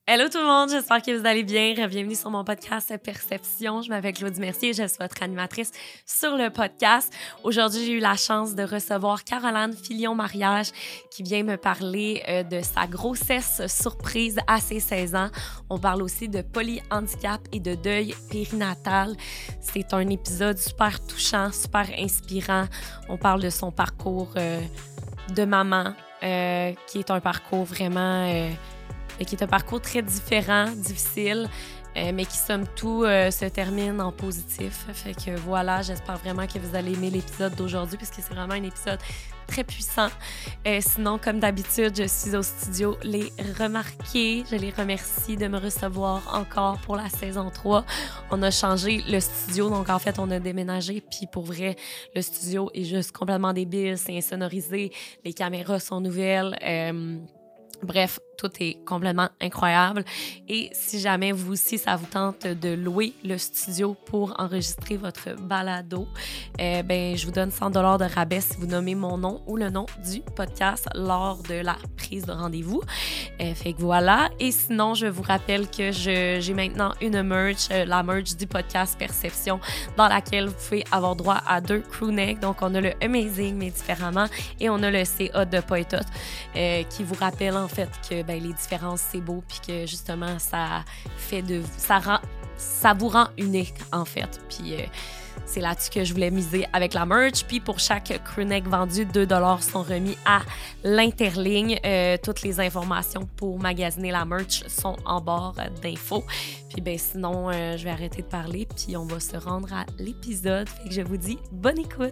Hello tout le monde, j'espère que vous allez bien. Bienvenue sur mon podcast Perception. Je m'appelle Claudie Mercier, je suis votre animatrice sur le podcast. Aujourd'hui, j'ai eu la chance de recevoir Caroline Filion-Mariage qui vient me parler de sa grossesse surprise à ses 16 ans. On parle aussi de polyhandicap et de deuil périnatal. C'est un épisode super touchant, super inspirant. On parle de son parcours de maman, qui est un parcours vraiment... qui est un parcours très différent, difficile, mais qui, somme toute, se termine en positif. Fait que voilà, j'espère vraiment que vous allez aimer l'épisode d'aujourd'hui parce que c'est vraiment un épisode très puissant. Sinon, comme d'habitude, je suis au studio Les Remarqués. Je les remercie de me recevoir encore pour la saison 3. On a changé le studio, donc en fait, on a déménagé. Puis pour vrai, le studio est juste complètement débile, c'est insonorisé, les caméras sont nouvelles. Bref, tout est complètement incroyable. Et si jamais vous aussi, ça vous tente de louer le studio pour enregistrer votre balado, je vous donne 100 $ de rabais si vous nommez mon nom ou le nom du podcast lors de la prise de rendez-vous. Fait que voilà. Et sinon, je vous rappelle que j'ai maintenant une merch, la merch du podcast Perception, dans laquelle vous pouvez avoir droit à 2 crewnecks. Donc, on a le Amazing, mais différemment, et on a le C'est hot de pas et tout, qui vous rappelle en fait que les différences, c'est beau, puis que justement, ça vous rend unique, en fait. Puis c'est là-dessus que je voulais miser avec la merch. Puis pour chaque crewneck vendu, 2 $ sont remis à l'Interligne. Toutes les informations pour magasiner la merch sont en barre d'infos. Puis sinon, je vais arrêter de parler, puis on va se rendre à l'épisode. Fait que je vous dis bonne écoute!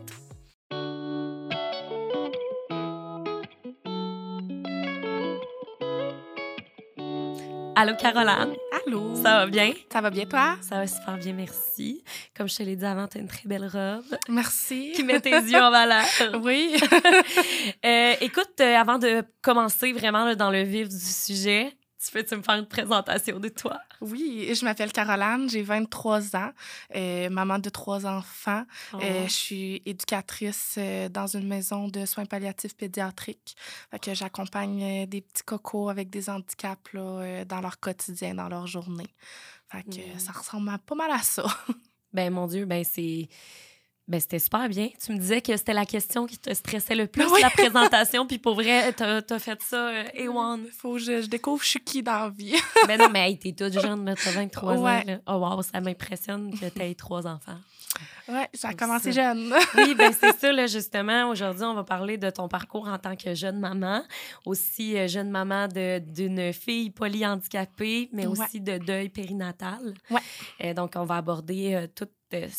Allô, Caroline. Allô. Ça va bien? Ça va bien, toi? Ça va super bien, merci. Comme je te l'ai dit avant, tu as une très belle robe. Merci. Qui met tes yeux en valeur. Oui. Écoute, avant de commencer vraiment là, dans le vif du sujet, peux-tu me faire une présentation de toi? Oui, je m'appelle Caroline, j'ai 23 ans, maman de 3 enfants. Oh. Je suis éducatrice dans une maison de soins palliatifs pédiatriques. Fait que j'accompagne des petits cocos avec des handicaps là, dans leur quotidien, dans leur journée. Fait que ça ressemble pas mal à ça. Mon Dieu, c'était super bien. Tu me disais que c'était la question qui te stressait le plus, oui. La présentation, puis pour vrai, t'as fait ça, A1. Faut que je découvre je suis qui dans la vie. Non, mais hey, t'es toute jeune, t'as 23 ouais. ans. Là. Oh wow, ça m'impressionne que t'aies 3 enfants. Oui, ça a commencé jeune. Oui, c'est ça, là, justement. Aujourd'hui, on va parler de ton parcours en tant que jeune maman. Aussi, jeune maman d'une fille polyhandicapée, mais aussi de deuil périnatal. Ouais. Donc, on va aborder toutes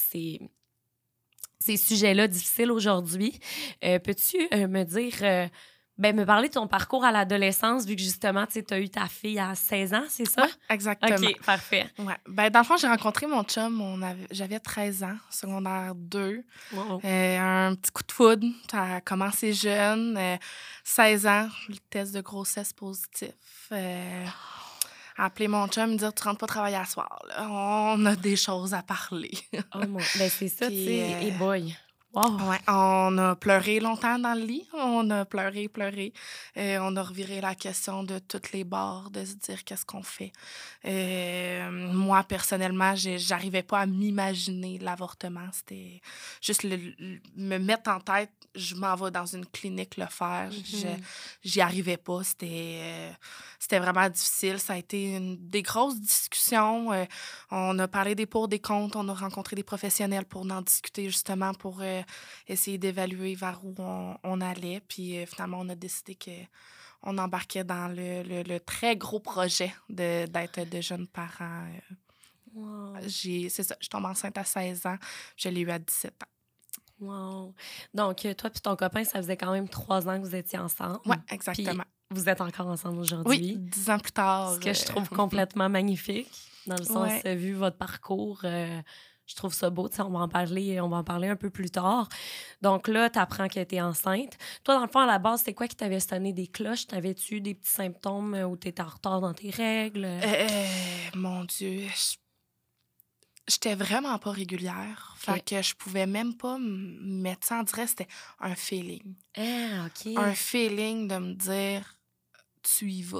ces sujets-là difficiles aujourd'hui. Peux-tu me dire... me parler de ton parcours à l'adolescence, vu que justement, tu as eu ta fille à 16 ans, c'est ça? Oui, exactement. OK, parfait. Ouais. Dans le fond, j'ai rencontré mon chum, j'avais 13 ans, secondaire 2. Wow. Un petit coup de foudre, ça a commencé jeune. 16 ans, le test de grossesse positif. Appeler mon chum, me dire « Tu rentres pas travailler à soir. Là. On a des choses à parler. » Oh mon... c'est ça, tu sais. Et boy... Wow. Ouais, on a pleuré longtemps dans le lit. On a pleuré. On a reviré la question de toutes les bords, de se dire qu'est-ce qu'on fait. Moi, personnellement, j'arrivais pas à m'imaginer l'avortement. C'était juste me mettre en tête, je m'en vais dans une clinique le faire. J'y arrivais pas. C'était vraiment difficile. Ça a été des grosses discussions. On a parlé des pour, des contre. On a rencontré des professionnels pour en discuter, justement, pour essayer d'évaluer vers où on allait. Puis finalement, on a décidé qu'on embarquait dans le très gros projet d'être de jeunes parents. Wow. C'est ça, je tombe enceinte à 16 ans. Je l'ai eu à 17 ans. Wow. Donc, toi puis ton copain, ça faisait quand même 3 ans que vous étiez ensemble. Oui, exactement. Puis vous êtes encore ensemble aujourd'hui. Oui, 10 ans plus tard. Ce que je trouve complètement magnifique, dans le sens, vu votre parcours... je trouve ça beau. On va en parler un peu plus tard. Donc là, tu apprends que tu es enceinte. Toi, dans le fond, à la base, c'était quoi qui t'avait sonné des cloches? T'avais-tu eu des petits symptômes où tu étais en retard dans tes règles? Mon Dieu, j'étais vraiment pas régulière. Fait que je pouvais même pas me mettre ça en direct. C'était un feeling. Ah, OK. Un feeling de me dire, tu y vas.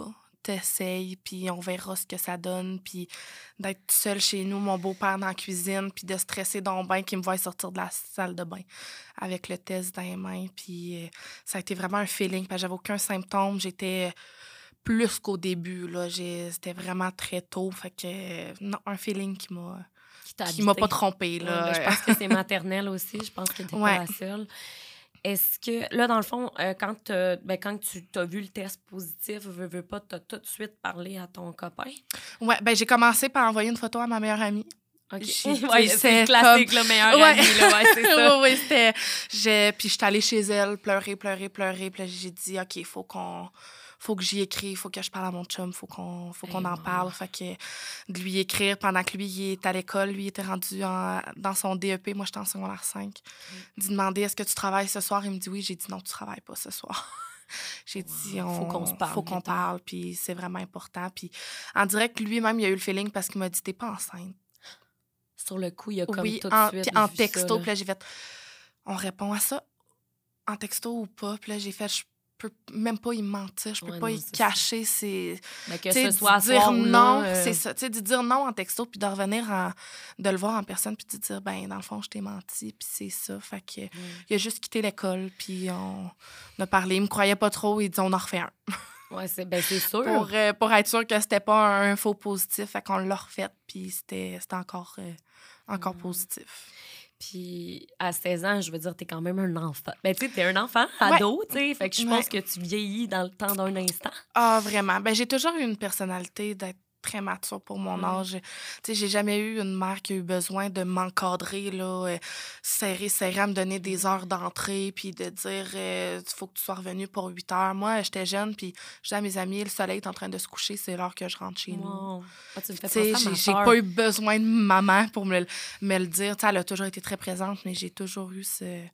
t'essayes, puis on verra ce que ça donne. Puis d'être seule chez nous, mon beau-père dans la cuisine, puis de stresser dans le bain, qu'il me voit sortir de la salle de bain avec le test dans les mains. Puis ça a été vraiment un feeling, parce que j'avais aucun symptôme. J'étais plus qu'au début, là. C'était vraiment très tôt. Fait que, non, un feeling qui m'a pas trompée, là. Ouais, ben, je pense que c'est maternel aussi. Je pense que t'es pas la seule. Est-ce que, là, dans le fond, quand tu as vu le test positif, veux pas, t'as tout de suite parlé à ton copain? Ouais, ben j'ai commencé par envoyer une photo à ma meilleure amie. OK. Ouais, c'est classique, le meilleur ami, là, ouais, c'est ça. Oui, c'était... Puis j'étais allée chez elle, pleurer. Puis là, j'ai dit, OK, faut que j'y écrive, faut que je parle à mon chum, faut qu'on en parle. Fait que de lui écrire pendant que lui, il est à l'école, lui, il était rendu dans son DEP, moi, j'étais en secondaire 5. D'y demander, est-ce que tu travailles ce soir? Il me dit oui. J'ai dit non, tu travailles pas ce soir. J'ai dit, faut qu'on se parle. Faut qu'on parle, puis c'est vraiment important. Puis en direct, lui-même, il a eu le feeling parce qu'il m'a dit, t'es pas enceinte. Sur le coup, il a comme tout de suite puis en vu texto, ça, puis là, j'ai fait, on répond à ça en texto ou pas? Puis là, j'ai fait, je peux même pas y mentir, je peux pas y cacher. Que ce soit dire non, c'est ça. Tu sais, de dire non en texto, puis de revenir, de le voir en personne, puis de dire, ben dans le fond, je t'ai menti, puis c'est ça. Fait que il a juste quitté l'école, puis on a parlé. Il me croyait pas trop, il dit, on en refait un. Oui, c'est sûr. Pour être sûr que c'était pas un faux positif, fait qu'on l'a refait, puis c'était encore positif. Puis à 16 ans, je veux dire, t'es quand même un enfant. Ben, tu sais, t'es un enfant, ado, tu sais. Fait que je pense que tu vieillis dans le temps d'un instant. Ah, vraiment. Ben, j'ai toujours eu une personnalité d'être très mature pour mon âge. Tu sais, j'ai jamais eu une mère qui a eu besoin de m'encadrer, là, serrer, à me donner des heures d'entrée, puis de dire, il faut que tu sois revenu pour 8 heures. Moi, j'étais jeune, puis je disais à mes amis, le soleil est en train de se coucher, c'est l'heure que je rentre chez nous. Ah, tu me fais penser à ma j'ai pas eu besoin de maman pour me le dire. Tu sais, elle a toujours été très présente, mais j'ai toujours eu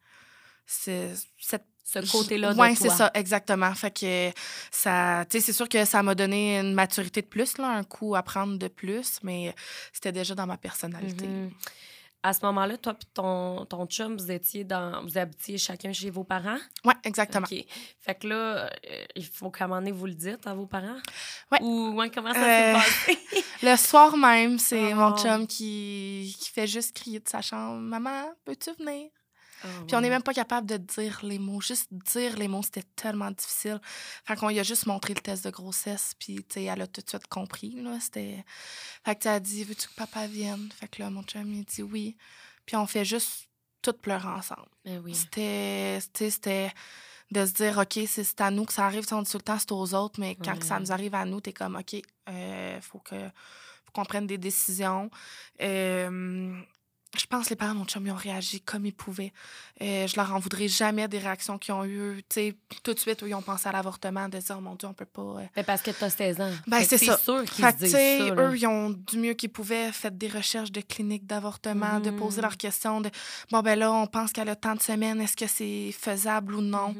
ce côté-là de ouais, toi. c'est ça, exactement. Fait que ça, tu sais, c'est sûr que ça m'a donné une maturité de plus, là, un coup à prendre de plus, mais c'était déjà dans ma personnalité. À ce moment-là, toi et ton chum, vous habitiez chacun chez vos parents? Oui, exactement. OK. Fait que là, il faut qu'à un moment donné, vous le dites à vos parents? Oui. Ou comment ça s'est passé? Le soir même, c'est mon chum qui fait juste crier de sa chambre, « Maman, peux-tu venir? » Puis on n'est même pas capable de dire les mots. Juste dire les mots, c'était tellement difficile. Fait qu'on lui a juste montré le test de grossesse, puis, tu sais, elle a tout de suite compris, là. Fait que tu as dit, « Veux-tu que papa vienne? » Fait que là, mon chum, il dit oui. Puis on fait juste tout pleurer ensemble. Oui. C'était de se dire, OK, c'est à nous que ça arrive. On dit tout le temps, c'est aux autres, mais quand ça nous arrive à nous, t'es comme, OK, faut qu'on prenne des décisions. Je pense que les parents de mon chum, ils ont réagi comme ils pouvaient. Je leur en voudrais jamais des réactions qu'ils ont eues. T'sais, tout de suite, ils ont pensé à l'avortement, de dire, oh mon Dieu, on peut pas... Mais parce que tu as 16 ans. Ben, c'est ça. sûr qu'ils se disent ça. Eux, ils ont du mieux qu'ils pouvaient fait des recherches de cliniques d'avortement, de poser leurs questions de, bon, ben là, on pense qu'elle a tant de semaines, est-ce que c'est faisable ou non?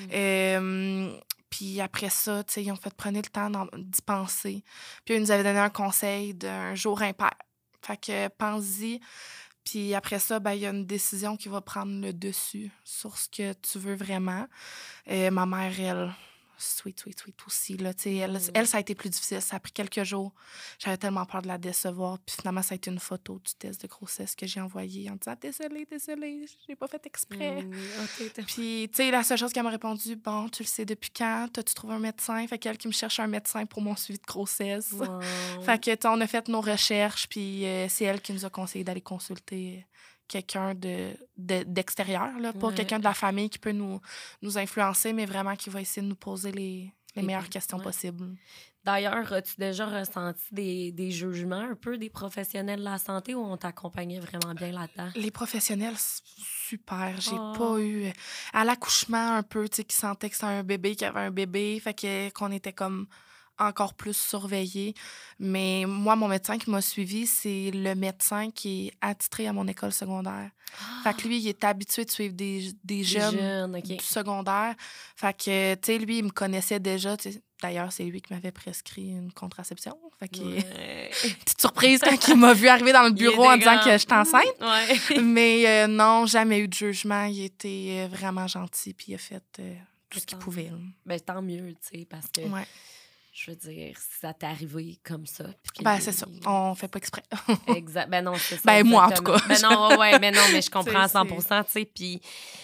Puis après ça, ils ont fait prenez le temps d'y penser. Puis ils nous avaient donné un conseil d'un jour impair. Fait que pense-y. Puis après ça, ben, il y a une décision qui va prendre le dessus sur ce que tu veux vraiment. Ma mère, elle, sweet aussi. Là, elle, ça a été plus difficile. Ça a pris quelques jours. J'avais tellement peur de la décevoir. Puis finalement, ça a été une photo du test de grossesse que j'ai envoyé en disant « Désolée, j'ai pas fait exprès. Puis, tu sais, la seule chose qu'elle m'a répondu, « Bon, tu le sais depuis quand? T'as-tu trouvé un médecin? » Fait qu'elle qui me cherche un médecin pour mon suivi de grossesse. Wow. Fait que, on a fait nos recherches, puis c'est elle qui nous a conseillé d'aller consulter quelqu'un d'extérieur, là, pas quelqu'un de la famille qui peut nous influencer, mais vraiment qui va essayer de nous poser les meilleures questions possibles. D'ailleurs, as-tu déjà ressenti des jugements un peu des professionnels de la santé ou on t'accompagnait vraiment bien là-dedans? Les professionnels, super. J'ai pas eu... À l'accouchement, un peu, tu sais, qui sentait que c'était un bébé, qui avait un bébé, fait qu'on était comme encore plus surveillés. Mais moi, mon médecin qui m'a suivi, c'est le médecin qui est attitré à mon école secondaire. Fait que lui, il est habitué de suivre des jeunes du secondaire. Fait que, tu sais, lui, il me connaissait déjà. D'ailleurs, c'est lui qui m'avait prescrit une contraception. Fait que, petite surprise quand il m'a vu arriver dans le bureau en disant que j'étais enceinte. Mais non, jamais eu de jugement. Il était vraiment gentil, puis il a fait tout ce qu'il pouvait. Ben, tant mieux, tu sais, parce que... je veux dire, ça t'est arrivé comme ça. Puis... Ben, c'est ça. On fait pas exprès. Exact. Ben non, c'est ça. Ben, moi, en tout exactement. cas. Ben non, ouais, mais non, mais je comprends à C'est- 100%, tu sais. Puis,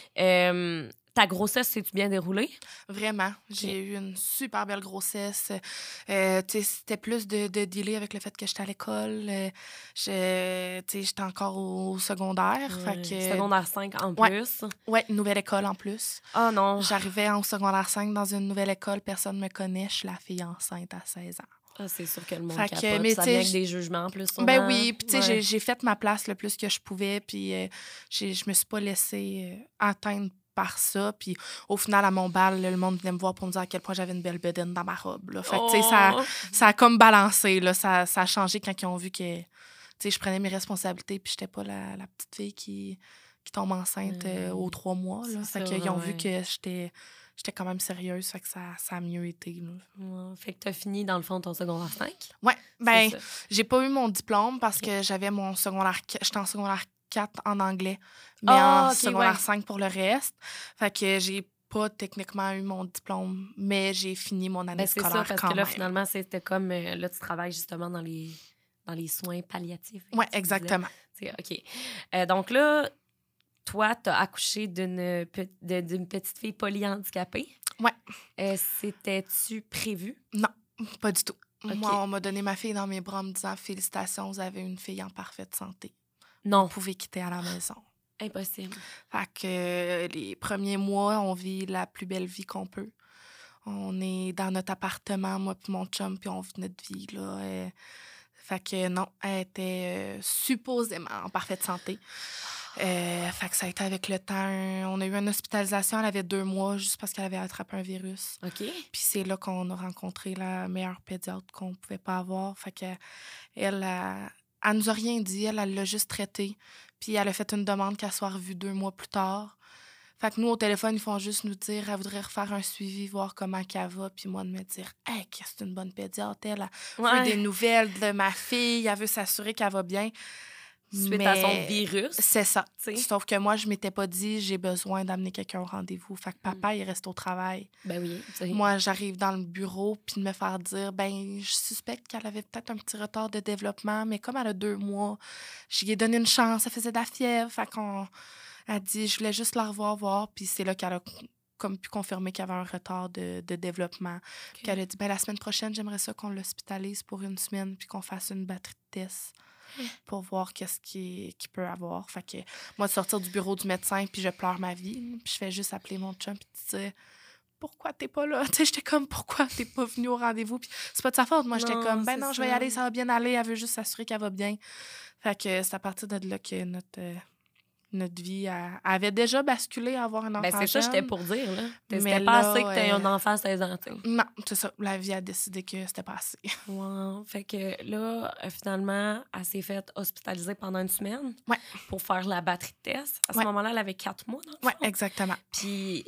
ta grossesse, s'est-tu bien déroulée? Vraiment. J'ai eu une super belle grossesse. Tu sais, c'était plus de dealer avec le fait que j'étais à l'école. Tu sais, j'étais encore au secondaire. Fait que, Secondaire 5 en Ouais. plus. ouais, une nouvelle école en plus. Oh non. J'arrivais en secondaire 5 dans une nouvelle école. Personne ne me connaît. Je suis la fille enceinte à 16 ans. Ah, c'est sûr que le monde Fait que, capote. mais Ça tu sais, vient avec des jugements en plus, sûrement. Ben oui, puis tu sais, Ouais. j'ai fait ma place le plus que je pouvais, puis je me suis pas laissée atteindre par ça. Puis au final, à mon bal, le monde venait me voir pour me dire à quel point j'avais une belle bedaine dans ma robe. Là. Fait que, tu sais, Oh. ça a comme balancé. Là. Ça a changé quand ils ont vu que, tu sais, je prenais mes responsabilités, puis j'étais pas la petite fille qui tombe enceinte aux 3 mois. Là. C'est Fait ça, qu'ils ont vu ouais. que j'étais quand même sérieuse. Fait que ça a mieux été. Là. Ouais. Fait que t'as fini, dans le fond, ton secondaire 5. Ouais, ben, C'est ça. j'ai pas eu mon diplôme parce que j'avais mon secondaire... J'étais en secondaire 4 en anglais, mais en ok, secondaire ouais. 5 pour le reste. Fait que j'ai pas techniquement eu mon diplôme, mais j'ai fini mon année Ben, c'est scolaire ça, parce quand que là, même. finalement, c'était comme... là, tu travailles justement dans les soins palliatifs. Ouais, tu exactement. disais. OK. Donc là, toi, t'as accouché d'une petite fille polyhandicapée. Ouais. C'était-tu prévu? Non, pas du tout. Ok. Moi, on m'a donné ma fille dans mes bras en me disant « Félicitations, vous avez une fille en parfaite santé. Non. Vous pouvez quitter à la maison. » Impossible. Fait que les premiers mois, on vit la plus belle vie qu'on peut. On est dans notre appartement, moi puis mon chum, puis on vit notre vie, là. Fait que non, elle était supposément en parfaite santé. Fait que ça a été avec le temps. On a eu une hospitalisation, elle avait 2 mois, juste parce qu'elle avait attrapé un virus. OK. Puis c'est là qu'on a rencontré la meilleure pédiatre qu'on pouvait pas avoir. Fait que elle nous a rien dit, elle l'a juste traité. Puis elle a fait une demande qu'elle soit revue 2 mois plus tard. Fait que nous, au téléphone, ils font juste nous dire elle voudrait refaire un suivi, voir comment qu'elle va. Puis moi, de me dire hey, que c'est une bonne pédiatre, elle veut des nouvelles de ma fille, elle veut s'assurer qu'elle va bien. Suite à son virus. C'est ça. T'sais. Sauf que moi, je m'étais pas dit j'ai besoin d'amener quelqu'un au rendez-vous. Fait que papa, il reste au travail. Ben oui. Moi, j'arrive dans le bureau, puis de me faire dire ben je suspecte qu'elle avait peut-être un petit retard de développement, mais comme elle a 2 mois, je lui ai donné une chance, elle faisait de la fièvre. Fait qu'on a dit je voulais juste la revoir, voir. Puis c'est là qu'elle a comme pu confirmer qu'il y avait un retard de développement. Puis qu'elle a dit ben la semaine prochaine, j'aimerais ça qu'on l'hospitalise pour 1 semaine, puis qu'on fasse une batterie de tests pour voir qu'est-ce qu'il peut avoir. Fait que moi, de sortir du bureau du médecin, puis je pleure ma vie, puis je fais juste appeler mon chum, puis dire pourquoi t'es pas là? Tu sais, j'étais comme, pourquoi t'es pas venu au rendez-vous? Puis c'est pas de sa faute. Moi, j'étais comme, ben non, je vais y aller, ça va bien aller. Elle veut juste s'assurer qu'elle va bien. Fait que c'est à partir de là que notre vie avait déjà basculé à avoir un enfant. Ben c'est ça, jeune. j'étais pour dire, là. C'était Mais pas là, assez que t'aies un enfant à 16 ans, tu sais. Non, c'est ça. La vie a décidé que c'était pas assez. Wow. Fait que là, finalement, elle s'est faite hospitaliser pendant 1 semaine Ouais. pour faire la batterie de test. À ce Ouais. moment-là, elle avait 4 mois, dans le Oui, fond. exactement. Puis,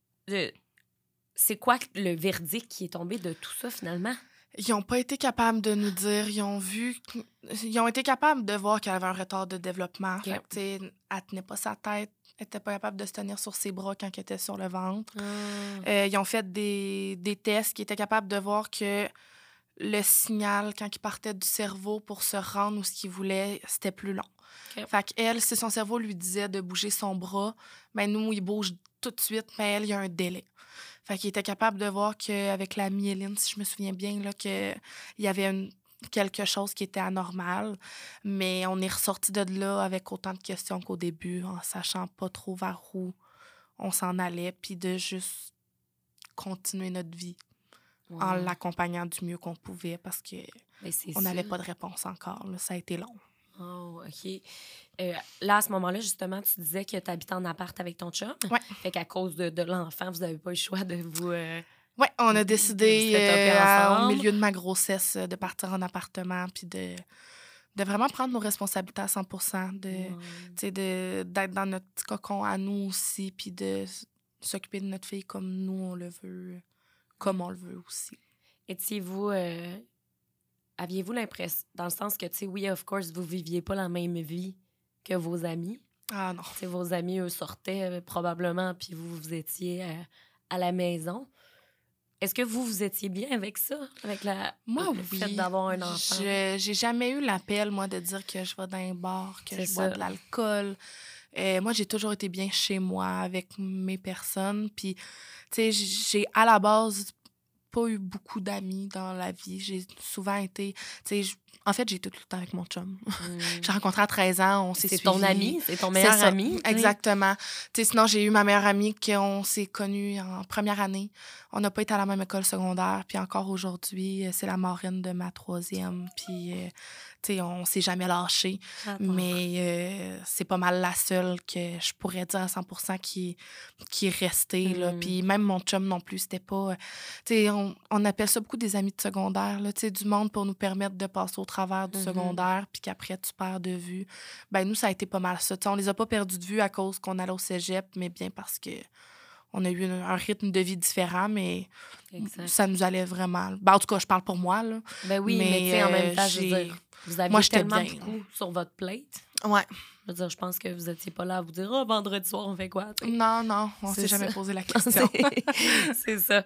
c'est quoi le verdict qui est tombé de tout ça, finalement? Ils n'ont pas été capables de nous dire. Ils ont été capables de voir qu'elle avait un retard de développement. OK. Fait que, tu sais, elle tenait pas sa tête. Elle n'était pas capable de se tenir sur ses bras quand elle était sur le ventre. Ils ont fait des tests qui étaient capables de voir que le signal, quand il partait du cerveau pour se rendre où ce qu'il voulait, c'était plus long. OK. Fait qu'elle, si son cerveau lui disait de bouger son bras, ben nous, il bouge tout de suite, mais elle, il y a un délai. Fait qu'il était capable de voir qu'avec la myéline, si je me souviens bien, là, qu'il y avait quelque chose qui était anormal. Mais on est ressorti de là avec autant de questions qu'au début, en sachant pas trop vers où on s'en allait, puis de juste continuer notre vie en l'accompagnant du mieux qu'on pouvait parce qu'on n'avait pas de réponse encore. Là. Ça a été long. Oh, OK. Là, à ce moment-là, justement, tu disais que tu habitais en appart avec ton chum. Ouais. Fait qu'à cause de l'enfant, vous n'avez pas eu le choix de vous... Oui, on a décidé au ensemble. milieu de ma grossesse de partir en appartement puis de vraiment prendre nos responsabilités à 100%, d'être dans notre petit cocon à nous aussi puis de s'occuper de notre fille comme nous, on le veut, comme on le veut aussi. Étiez-vous... aviez-vous l'impression, dans le sens que, tu sais, oui, of course, vous viviez pas la même vie que vos amis. Ah non. Tu sais, vos amis, eux, sortaient probablement, puis vous étiez à la maison. est-ce que vous étiez bien avec ça? Avec Moi, le fait oui. d'avoir un enfant? J'ai jamais eu l'appel, moi, de dire que je vais dans un bar, que C'est je bois ça. de l'alcool. Moi, j'ai toujours été bien chez moi avec mes personnes. Puis, tu sais, j'ai à la base pas eu beaucoup d'amis dans la vie. J'ai souvent été... Tu sais, en fait, j'ai été tout le temps avec mon chum. J'ai rencontré à 13 ans, on s'est C'est suivis. ton ami, c'est ton C'est meilleur ça, ami. tu sais. exactement. Tu sais, sinon, j'ai eu ma meilleure amie qu'on s'est connue en première année. On n'a pas été à la même école secondaire. Puis encore aujourd'hui, c'est la marraine de ma troisième. Puis, tu sais, on s'est jamais lâchés. J'adore. Mais c'est pas mal la seule que je pourrais dire à 100% qui est restée. Là. Puis même mon chum non plus, c'était pas... tu sais, on appelle ça beaucoup des amis de secondaire, là, tu sais, du monde pour nous permettre de passer au travers du secondaire, puis qu'après, tu perds de vue. Ben nous, ça a été pas mal ça. Tu sais, on les a pas perdus de vue à cause qu'on allait au cégep, mais bien parce que on a eu un rythme de vie différent, mais Exact. ça nous allait vraiment. Ben, en tout cas, je parle pour moi, là. Ben oui, mais tu sais, en même temps, je veux dire, vous aviez moi, j'étais tellement bien. beaucoup sur votre plate. Ouais. Je veux dire, je pense que vous étiez pas là à vous dire « Oh, vendredi soir, on fait quoi? » tu sais. Non, on C'est s'est jamais ça. posé la question. C'est ça.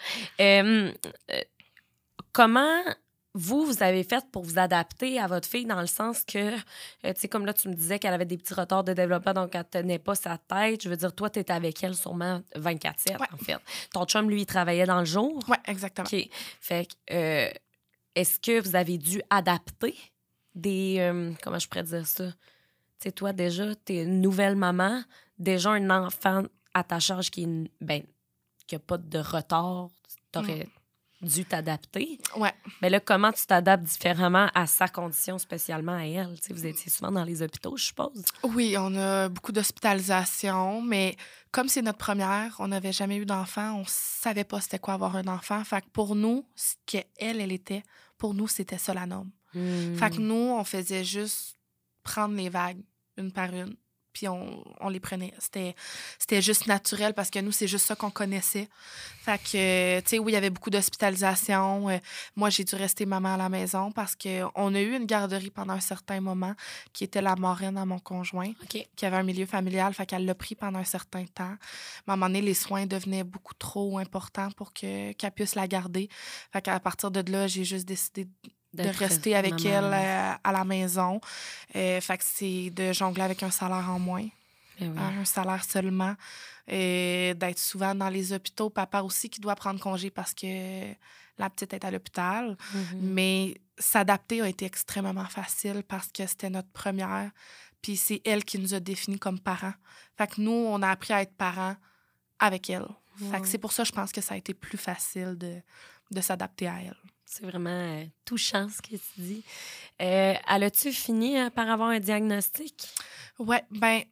Comment vous avez fait pour vous adapter à votre fille dans le sens que, tu sais, comme là, tu me disais qu'elle avait des petits retards de développement, donc elle tenait pas sa tête. Je veux dire, toi, tu étais avec elle sûrement 24/7, Ouais. en fait. Ton chum, lui, il travaillait dans le jour. Ouais, exactement. OK. Fait que, est-ce que vous avez dû adapter des... comment je pourrais dire ça? Tu sais, toi, déjà, t'es une nouvelle maman, déjà un enfant à ta charge qui n'a pas de retard, t'aurais dû t'adapter. Ouais. Mais là, comment tu t'adaptes différemment à sa condition, spécialement à elle? Tu sais, vous étiez souvent dans les hôpitaux, je suppose. Oui, on a beaucoup d'hospitalisation, mais comme c'est notre première, on n'avait jamais eu d'enfant, on savait pas c'était quoi avoir un enfant. Fait que pour nous, ce qu'elle était, pour nous, c'était ça la norme. Fait que nous, on faisait juste prendre les vagues une par une, puis on les prenait. C'était juste naturel parce que nous, c'est juste ça qu'on connaissait. Fait que, tu sais, oui, il y avait beaucoup d'hospitalisation. Moi, j'ai dû rester maman à la maison parce qu'on a eu une garderie pendant un certain moment qui était la marraine à mon conjoint, OK. qui avait un milieu familial. Fait qu'elle l'a pris pendant un certain temps. Mais à un moment donné, les soins devenaient beaucoup trop importants pour qu'elle puisse la garder. Fait qu'à partir de là, j'ai juste décidé de rester avec elle à la maison. Fait que c'est de jongler avec un salaire en moins, un salaire seulement, d'être souvent dans les hôpitaux. Papa aussi qui doit prendre congé parce que la petite est à l'hôpital. Mais s'adapter a été extrêmement facile parce que c'était notre première. Puis c'est elle qui nous a définis comme parents. Fait que nous, on a appris à être parents avec elle. Fait que c'est pour ça, je pense que ça a été plus facile de s'adapter à elle. C'est vraiment touchant ce que tu dis. As-tu fini par avoir un diagnostic? Ouais, ben,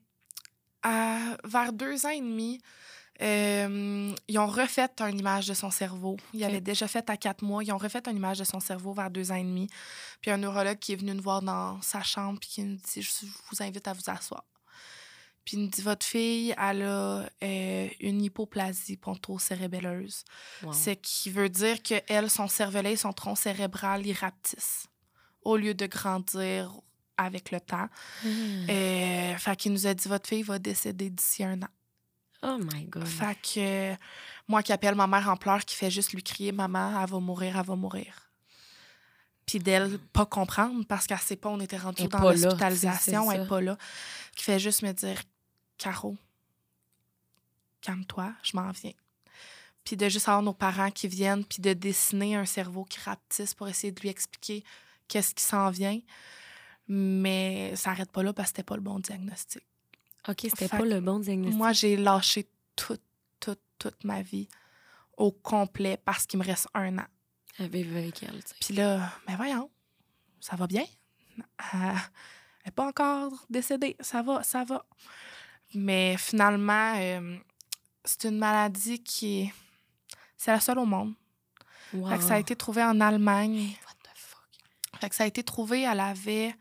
vers 2 ans et demi, ils ont refait une image de son cerveau. Ils avaient déjà fait à 4 mois. Ils ont refait une image de son cerveau vers 2 ans et demi. Puis un neurologue qui est venu nous voir dans sa chambre puis qui nous dit « Je vous invite à vous asseoir. » Puis il nous dit « Votre fille, elle a une hypoplasie ponto-cérébelleuse. Wow. Ce qui veut dire que elle, son cervelet et son tronc cérébral, ils rapetissent au lieu de grandir avec le temps. Fait qu'il nous a dit « Votre fille va décéder d'ici 1 an. » Oh my God. Fait que moi qui appelle ma mère en pleurs, qui fait juste lui crier « Maman, elle va mourir, elle va mourir. » Puis d'elle pas comprendre parce qu'elle sait pas, on était rendu dans l'hospitalisation, elle est pas là. Qui fait juste me dire « Caro, calme-toi, je m'en viens. » Puis de juste avoir nos parents qui viennent, puis de dessiner un cerveau qui rapetisse pour essayer de lui expliquer qu'est-ce qui s'en vient. Mais ça n'arrête pas là parce que c'était pas le bon diagnostic. OK, c'était pas le bon diagnostic. Moi, j'ai lâché toute ma vie au complet parce qu'il me reste 1 an. À vivre avec elle, tu sais. Puis là, mais voyons, ça va bien. Elle n'est pas encore décédée, ça va. Mais finalement, c'est une maladie c'est la seule au monde. Wow. Fait que ça a été trouvé en Allemagne. What the fuck? Fait que ça a été trouvé, elle avait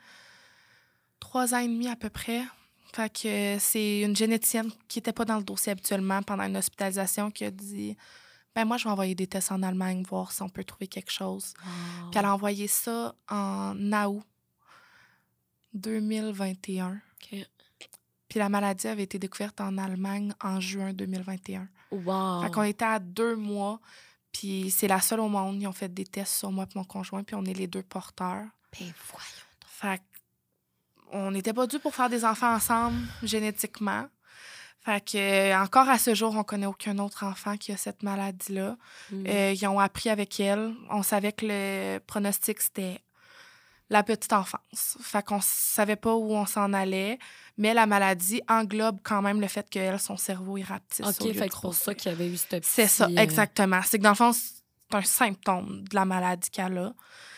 3 ans et demi à peu près. Fait que c'est une généticienne qui n'était pas dans le dossier habituellement pendant une hospitalisation qui a dit « Ben moi, je vais envoyer des tests en Allemagne, voir si on peut trouver quelque chose. » Puis elle a envoyé ça en août 2021. OK. Puis la maladie avait été découverte en Allemagne en juin 2021. Wow. Fait qu'on était à 2 mois. Puis c'est la seule au monde. Ils ont fait des tests sur moi et mon conjoint, puis on est les 2 porteurs. Ben voyons donc. Fait on n'était pas dû pour faire des enfants ensemble, génétiquement. Fait que, encore à ce jour, on connaît aucun autre enfant qui a cette maladie-là. Ils ont appris avec elle. On savait que le pronostic, c'était la petite enfance. Fait qu'on savait pas où on s'en allait, mais la maladie englobe quand même le fait que son cerveau est rapetisse. OK, fait que c'est pour ça qu'il y avait eu ce petit... C'est ça, exactement. C'est que dans le fond, c'est un symptôme de la maladie qu'elle a.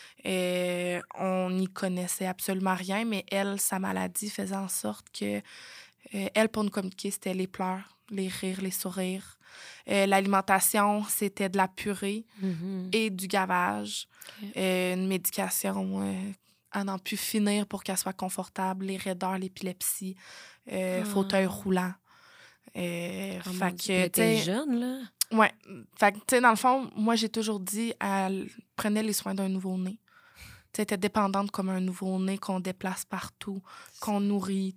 On n'y connaissait absolument rien, mais elle, sa maladie faisait en sorte que elle, pour nous communiquer, c'était les pleurs, les rires, les sourires. L'alimentation, c'était de la purée et du gavage. Okay. Une médication à n'en plus finir pour qu'elle soit confortable. Les raideurs, l'épilepsie, fauteuil roulant. Fait que, t'es jeune, là? Ouais. Fait que, tu sais, dans le fond, moi, j'ai toujours dit, elle prenait les soins d'un nouveau-né. Tu sais, elle était dépendante comme un nouveau-né qu'on déplace partout, qu'on nourrit,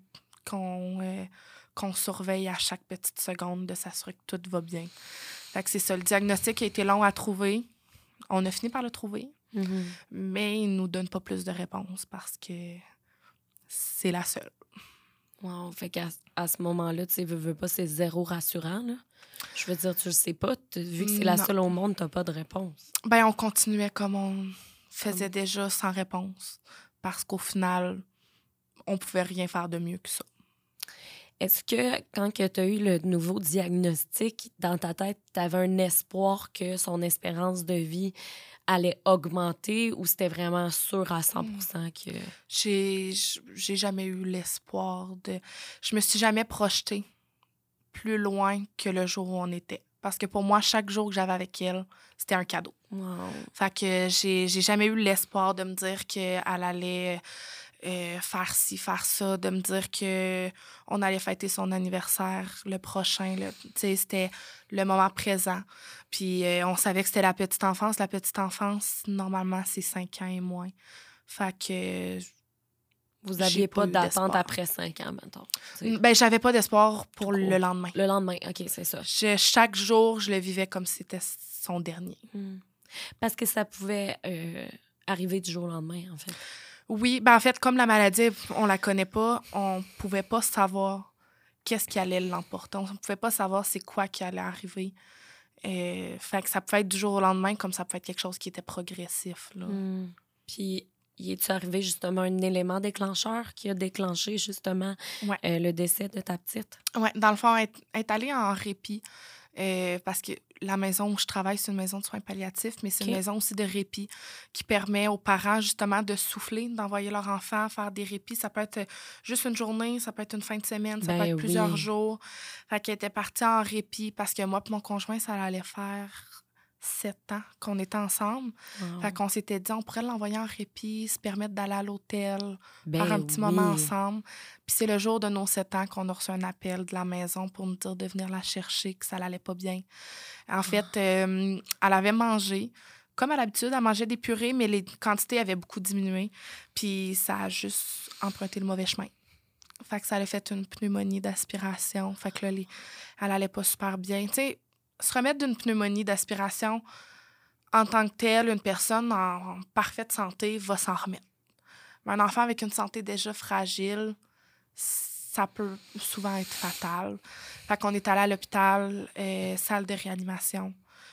qu'on surveille à chaque petite seconde de s'assurer que tout va bien. Fait que c'est ça. Le diagnostic a été long à trouver. On a fini par le trouver, mais il nous donne pas plus de réponses parce que c'est la seule. Wow. Fait qu'à ce moment-là, tu sais, veux pas, c'est zéro rassurant, là. Je veux dire, tu le sais pas. Vu que c'est la seule au monde, t'as pas de réponse. Ben, on continuait comme on faisait déjà sans réponse parce qu'au final, on pouvait rien faire de mieux que ça. Est-ce que, quand tu as eu le nouveau diagnostic, dans ta tête, tu avais un espoir que son espérance de vie allait augmenter ou c'était vraiment sûr à 100% que... J'ai jamais eu l'espoir de... Je me suis jamais projetée plus loin que le jour où on était. Parce que pour moi, chaque jour que j'avais avec elle, c'était un cadeau. Wow. Fait que j'ai jamais eu l'espoir de me dire qu'elle allait... faire ci, faire ça, de me dire que on allait fêter son anniversaire le prochain. C'était le moment présent. Puis on savait que c'était la petite enfance. La petite enfance, normalement, c'est 5 ans et moins. Fait que... Vous n'aviez pas d'attente après 5 ans, mettons? Ben, j'avais pas d'espoir pour le lendemain. Le lendemain, OK, c'est ça. Chaque jour, je le vivais comme si c'était son dernier. Parce que ça pouvait arriver du jour au lendemain, en fait. Oui, ben en fait, comme la maladie, on la connaît pas, on pouvait pas savoir qu'est-ce qui allait l'emporter. On pouvait pas savoir c'est quoi qui allait arriver. Fait que ça pouvait être du jour au lendemain, comme ça pouvait être quelque chose qui était progressif. Là. Puis, y est-tu arrivé justement un élément déclencheur qui a déclenché justement le décès de ta petite? Oui, dans le fond, être allée en répit. Parce que la maison où je travaille, c'est une maison de soins palliatifs, mais c'est une maison aussi de répit qui permet aux parents, justement, de souffler, d'envoyer leur enfant faire des répits. Ça peut être juste une journée, ça peut être une fin de semaine, ça peut être plusieurs jours. Fait qu'elle était partie en répit parce que moi et mon conjoint, ça allait faire 7 ans qu'on était ensemble. Wow. Fait qu'on s'était dit, on pourrait l'envoyer en répit, se permettre d'aller à l'hôtel, faire un petit moment ensemble. Puis c'est le jour de nos 7 ans qu'on a reçu un appel de la maison pour nous dire de venir la chercher, que ça n'allait pas bien. En fait, elle avait mangé. Comme à l'habitude, elle mangeait des purées, mais les quantités avaient beaucoup diminué. Puis ça a juste emprunté le mauvais chemin. Fait que ça a fait une pneumonie d'aspiration. Fait que là, elle allait pas super bien. Tu sais, se remettre d'une pneumonie d'aspiration, en tant que telle, une personne en parfaite santé va s'en remettre. Mais un enfant avec une santé déjà fragile, ça peut souvent être fatal. Fait qu'on est allé à l'hôpital, salle de réanimation.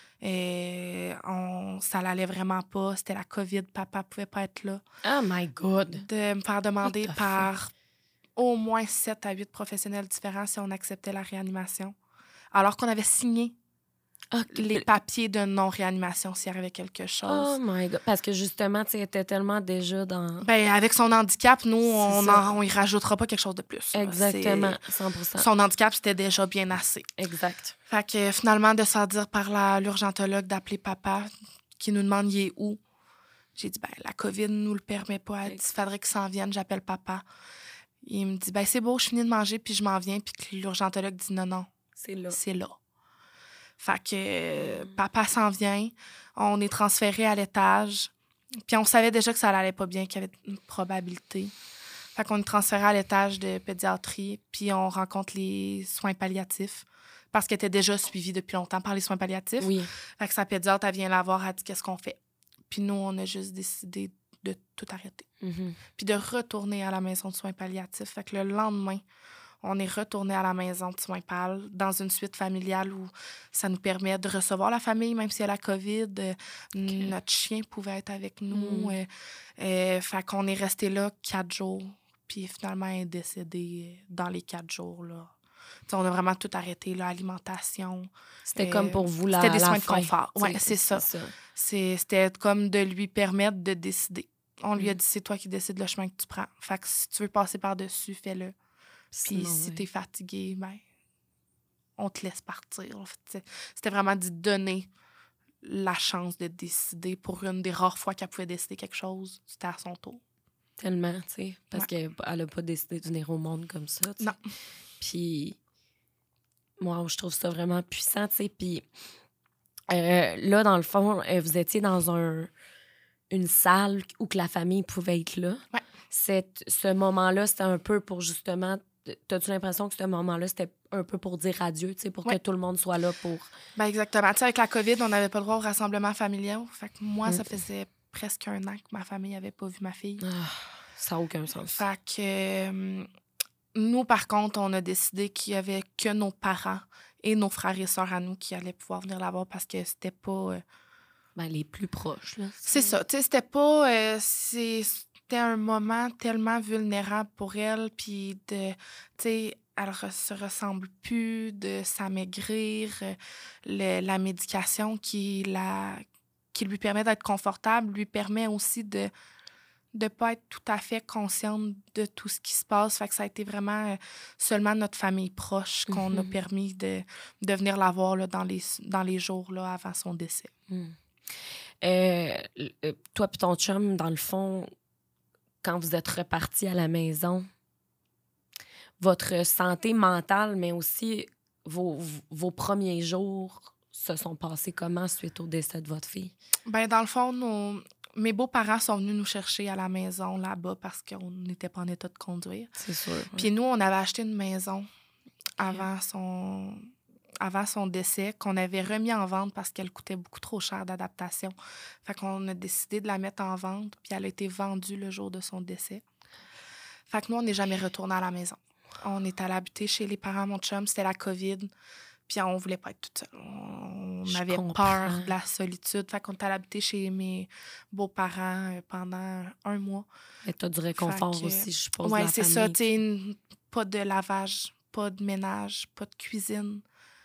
Ça l'allait vraiment pas. C'était la COVID. Papa pouvait pas être là. Oh my God! De me faire demander par au moins 7 à 8 professionnels différents si on acceptait la réanimation. Alors qu'on avait signé les papiers de non-réanimation s'il arrivait quelque chose. Oh my God! Parce que justement, tu étais tellement déjà dans... Ben, avec son handicap, nous, on y rajoutera pas quelque chose de plus. Exactement, 100%. Son handicap, c'était déjà bien assez. Exact. Fait que finalement, de se faire dire par l'urgentologue d'appeler papa, qui nous demande il est où, j'ai dit, ben, la COVID ne nous le permet pas. Elle dit, il faudrait qu'il s'en vienne, j'appelle papa. Il me dit, ben, c'est beau, je finis de manger, puis je m'en viens. Puis l'urgentologue dit, non, c'est là. Fait que papa s'en vient, on est transféré à l'étage, puis on savait déjà que ça allait pas bien, qu'il y avait une probabilité. Fait qu'on est transféré à l'étage de pédiatrie, puis on rencontre les soins palliatifs. parce qu'elle était déjà suivie depuis longtemps par les soins palliatifs. Oui. Fait que sa pédiatre, elle vient la voir, elle dit qu'est-ce qu'on fait. Puis nous, on a juste décidé de tout arrêter. Puis de retourner à la maison de soins palliatifs. Fait que le lendemain, on est retourné à la maison de soins pal dans une suite familiale où ça nous permet de recevoir la famille, même s'il y a la COVID. Notre chien pouvait être avec nous. Fait qu'on est resté là 4 jours. Puis finalement, elle est décédée dans les 4 jours, là. T'sais, on a vraiment tout arrêté, l'alimentation. C'était comme pour vous, la C'était des soins de fin. confort. Oui, c'est ça. C'était comme de lui permettre de décider. On lui a dit, c'est toi qui décides le chemin que tu prends. Fait que si tu veux passer par-dessus, fais-le. Puis si t'es fatigué, ben, on te laisse partir. C'était vraiment d'y donner la chance de décider pour une des rares fois qu'elle pouvait décider quelque chose. C'était à son tour. Tellement, tu sais, parce qu'elle n'a pas décidé de venir au monde comme ça. T'sais. Non. Puis, moi, je trouve ça vraiment puissant, tu sais. Puis, là, dans le fond, vous étiez dans une salle où que la famille pouvait être là. Ouais. Ce moment-là, c'était un peu pour justement... T'as-tu l'impression que ce moment-là, c'était un peu pour dire adieu, tu sais, pour que tout le monde soit là pour... Ben exactement. Tu sais, avec la COVID, on n'avait pas le droit au rassemblement familial. Fait que moi, ça faisait presque 1 an que ma famille n'avait pas vu ma fille. Ça n'a aucun sens. Fait que nous, par contre, on a décidé qu'il y avait que nos parents et nos frères et sœurs à nous qui allaient pouvoir venir la voir parce que c'était pas... Ben, les plus proches, là. C'est ça. Tu sais, c'était pas... C'était un moment tellement vulnérable pour elle, puis de... Tu sais, elle se ressemble plus, de s'amaigrir, la médication qui lui permet d'être confortable, lui permet aussi de ne pas être tout à fait consciente de tout ce qui se passe. Fait que ça a été vraiment seulement notre famille proche qu'on a permis de venir la voir là, dans les jours là, avant son décès. Toi puis ton chum, dans le fond, quand vous êtes repartis à la maison, votre santé mentale, mais aussi vos premiers jours se sont passés comment suite au décès de votre fille? Ben dans le fond, mes beaux-parents sont venus nous chercher à la maison là-bas parce qu'on n'était pas en état de conduire. C'est sûr. Ouais. Puis nous, on avait acheté une maison avant son décès qu'on avait remis en vente parce qu'elle coûtait beaucoup trop cher d'adaptation. Fait qu'on a décidé de la mettre en vente, puis elle a été vendue le jour de son décès. Fait que nous, on n'est jamais retourné à la maison. On est allé habiter chez les parents, mon chum, c'était la COVID, puis on voulait pas être toute seule. On avait peur de la solitude. Fait qu'on est allé habiter chez mes beaux-parents pendant 1 mois. Et t'as du réconfort aussi, je suppose, ouais, de la c'est famille. ça, tu sais, pas de lavage, pas de ménage, pas de cuisine.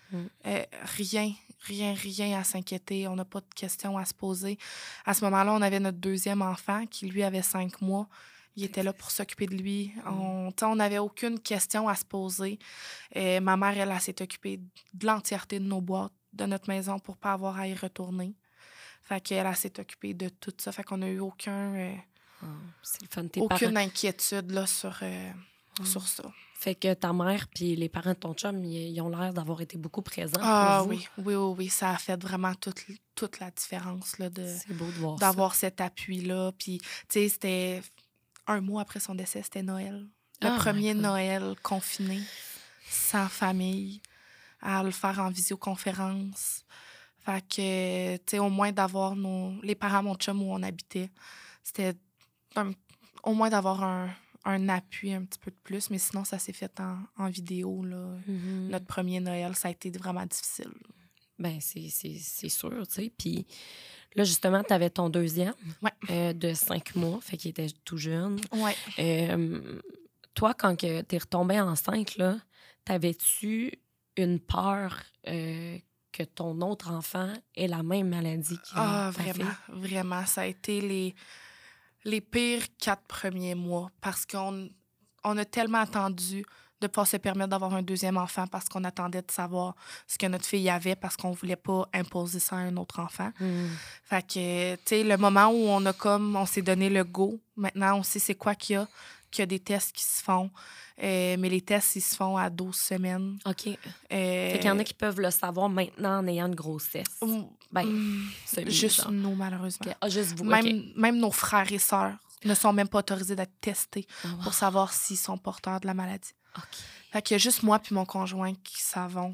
Rien à s'inquiéter. On n'a pas de questions à se poser. À ce moment-là, on avait notre 2e enfant qui, lui, avait 5 mois. Il était là pour s'occuper de lui. On n'avait aucune question à se poser. Ma mère, elle s'est occupée de l'entièreté de nos boîtes, de notre maison, pour pas avoir à y retourner. Fait qu'elle s'est occupée de tout ça. Fait qu'on n'a eu aucune inquiétude là, sur ça. Fait que ta mère puis les parents de ton chum, ils ont l'air d'avoir été beaucoup présents pour vous. Oui. Ça a fait vraiment toute la différence là, c'est beau de voir d'avoir cet appui-là. Puis, tu sais, c'était 1 mois après son décès, c'était Noël. Le premier Noël confiné, sans famille, à le faire en visioconférence. Fait que, tu sais, au moins d'avoir les parents, mon chum, où on habitait, c'était au moins d'avoir un appui un petit peu de plus, mais sinon, ça s'est fait en vidéo, là. Notre premier Noël, ça a été vraiment difficile. Ben c'est sûr, tu sais. Puis là, justement, tu avais ton 2e de 5 mois, fait qu'il était tout jeune. Ouais. Toi, quand tu es retombée enceinte, là, t'avais-tu une peur que ton autre enfant ait la même maladie que ta fille? Vraiment. Ça a été les pires 4 premiers mois parce qu'on a tellement attendu de pouvoir se permettre d'avoir un 2e enfant parce qu'on attendait de savoir ce que notre fille avait parce qu'on voulait pas imposer ça à un autre enfant. Fait que, tu sais, le moment où on s'est donné le go, maintenant, on sait c'est quoi qu'il y a des tests qui se font, mais les tests, ils se font à 12 semaines. OK. Fait qu'il y en a qui peuvent le savoir maintenant en ayant une grossesse. Juste nous, malheureusement. Okay. Juste vous, même nos frères et sœurs ne sont même pas autorisés d'être testés pour savoir s'ils sont porteurs de la maladie. Okay. Fait qu'il y a juste moi puis mon conjoint qui savons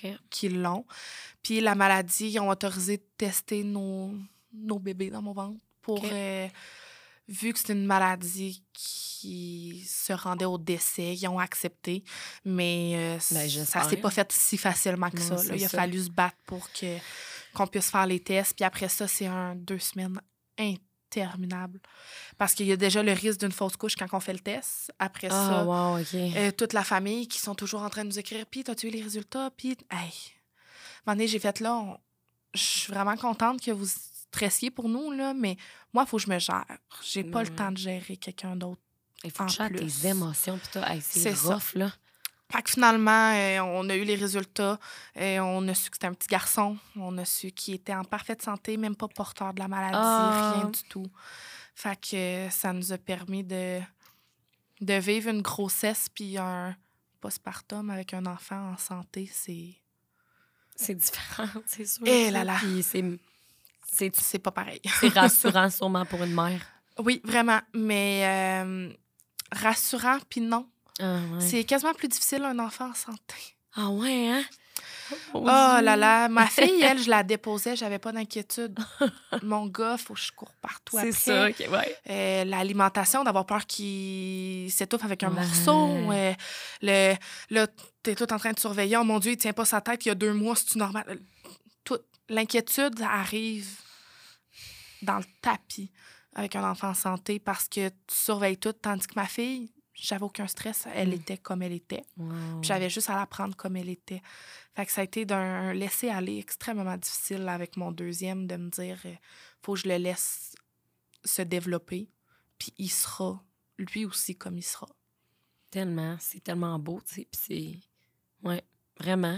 qui l'ont. Puis la maladie, ils ont autorisé de tester nos bébés dans mon ventre pour... vu que c'est une maladie qui se rendait au décès, ils ont accepté. Mais ça s'est pas fait si facilement que ça. Là. Il a fallu se battre pour qu'on puisse faire les tests. Puis après ça, c'est 2 semaines interminables. Parce qu'il y a déjà le risque d'une fausse couche quand on fait le test. Après ça, toute la famille qui sont toujours en train de nous écrire « Puis, t'as-tu eu les résultats? » Puis, hey, à un moment donné, j'ai fait là, je suis vraiment contente que vous stressiez pour nous, là, mais moi, il faut que je me gère. J'ai pas le temps de gérer quelqu'un d'autre. Il faut que tu gères tes émotions, puis toi, c'est rough, là. Fait que finalement, on a eu les résultats. On a su que c'était un petit garçon. On a su qu'il était en parfaite santé, même pas porteur de la maladie, rien du tout. Fait que ça nous a permis de vivre une grossesse puis un postpartum avec un enfant en santé. C'est différent, c'est sûr. Et là là. Puis c'est pas pareil. C'est rassurant sûrement pour une mère. Oui, vraiment. Mais rassurant, puis non. C'est quasiment plus difficile un enfant en santé. Ah ouais, hein? Oh là là. Ma fille, elle, je la déposais, j'avais pas d'inquiétude. Mon gars, faut que je cours partout après. C'est ça, OK, ouais. L'alimentation, d'avoir peur qu'il s'étouffe avec un morceau. Là, t'es tout en train de surveiller. Oh mon Dieu, il tient pas sa tête, il y a 2 mois, c'est-tu normal? L'inquiétude arrive dans le tapis avec un enfant en santé parce que tu surveilles tout, tandis que ma fille, j'avais aucun stress. Elle était comme elle était. Wow. Puis j'avais juste à la prendre comme elle était. Fait que ça a été d'un laisser-aller extrêmement difficile avec mon deuxième, de me dire, faut que je le laisse se développer. Puis il sera, lui aussi, comme il sera. Tellement. C'est tellement beau, tu sais. Puis c'est... Ouais, vraiment.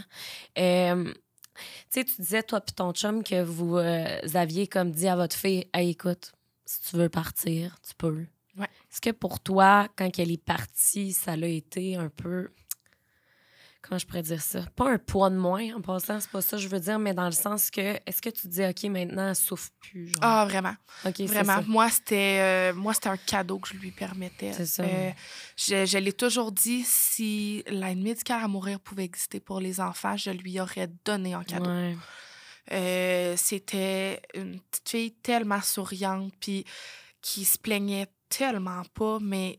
Tu sais, tu disais, toi puis ton chum, que vous aviez comme dit à votre fille, « Hey, écoute, si tu veux partir, tu peux. » Ouais. Est-ce que pour toi, quand elle est partie, ça l'a été un peu... Comment je pourrais dire ça? Pas un poids de moins, en passant, c'est pas ça que je veux dire, mais dans le sens que, est-ce que tu dis, OK, maintenant, elle souffre plus? Genre? Ah, vraiment. Okay, vraiment. Moi, c'était un cadeau que je lui permettais. C'est ça. Je l'ai toujours dit, si l'aide médicale à mourir pouvait exister pour les enfants, je lui aurais donné en cadeau. Ouais. C'était une petite fille tellement souriante, puis qui se plaignait tellement pas, mais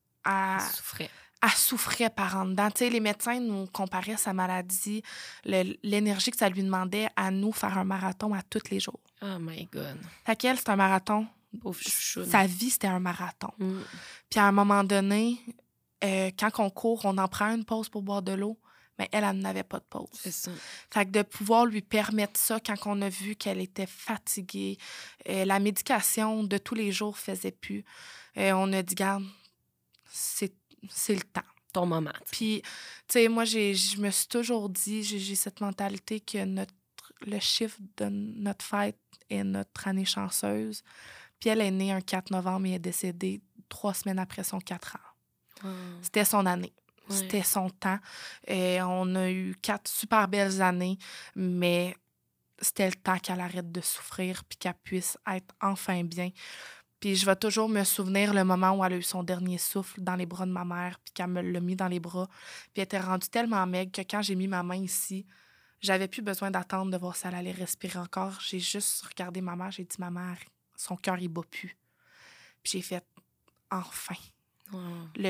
elle souffrait par en dedans. Tu sais, les médecins nous comparaient sa maladie, l'énergie que ça lui demandait à nous faire un marathon à tous les jours. Oh my God. Fait qu'elle, c'est un marathon. Pauvre chouchoune. Sa vie, c'était un marathon. Puis à un moment donné, quand on court, on en prend une pause pour boire de l'eau, mais elle n'avait pas de pause. C'est ça. Fait que de pouvoir lui permettre ça quand on a vu qu'elle était fatiguée, la médication de tous les jours faisait plus. On a dit, garde, c'est le temps. Ton moment. Puis, tu sais, moi, je me suis toujours dit, j'ai cette mentalité que le chiffre de notre fête est notre année chanceuse. Puis elle est née un 4 novembre et est décédée 3 semaines après son 4 ans. C'était son année. Ouais. C'était son temps. Et on a eu 4 super belles années, mais c'était le temps qu'elle arrête de souffrir puis qu'elle puisse être enfin bien. Puis je vais toujours me souvenir le moment où elle a eu son dernier souffle dans les bras de ma mère, puis qu'elle me l'a mis dans les bras. Puis elle était rendue tellement maigre que quand j'ai mis ma main ici, j'avais plus besoin d'attendre de voir si elle allait respirer encore. J'ai juste regardé ma mère, j'ai dit, ma mère, son cœur, il bat plus. Puis j'ai fait, enfin. Wow.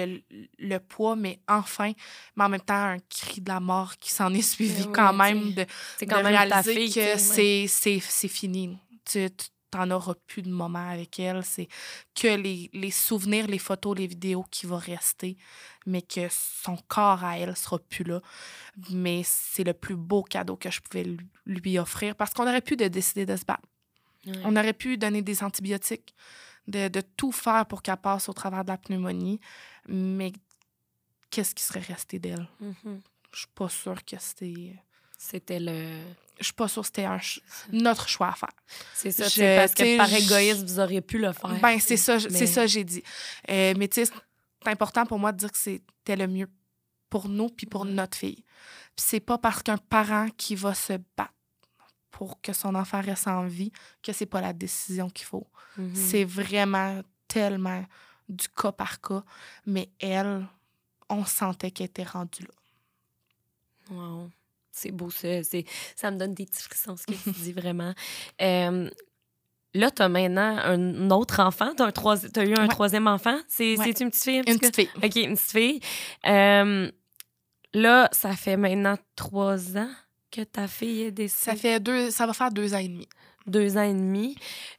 Le poids, mais enfin. Mais en même temps, un cri de la mort qui s'en est suivi quand même, de réaliser ta fille, que c'est fini. Tu t'en auras plus de moments avec elle. C'est que les souvenirs, les photos, les vidéos qui vont rester, mais que son corps à elle sera plus là. Mais c'est le plus beau cadeau que je pouvais lui offrir parce qu'on aurait pu décider de se battre. Ouais. On aurait pu donner des antibiotiques, de tout faire pour qu'elle passe au travers de la pneumonie, mais qu'est-ce qui serait resté d'elle? Mm-hmm. Je suis pas sûre que c'était le... Je suis pas sûre que c'était notre choix à faire. C'est ça, c'est parce que par égoïsme, vous auriez pu le faire. Ben, c'est ça, j'ai dit. Mais tu sais, c'est important pour moi de dire que c'était le mieux pour nous puis pour notre fille. Puis c'est pas parce qu'un parent qui va se battre pour que son enfant reste en vie que c'est pas la décision qu'il faut. Mm-hmm. C'est vraiment tellement du cas par cas. Mais elle, on sentait qu'elle était rendue là. Wow. C'est beau, ça me donne des petits frissons, ce que tu dis vraiment. Là, tu as maintenant un autre enfant. Tu as eu un troisième enfant. C'est une petite fille? Une petite fille. OK, une petite fille. Là, ça fait maintenant 3 ans que ta fille est décédée. Ça va faire 2 ans et demi. 2 ans et demi.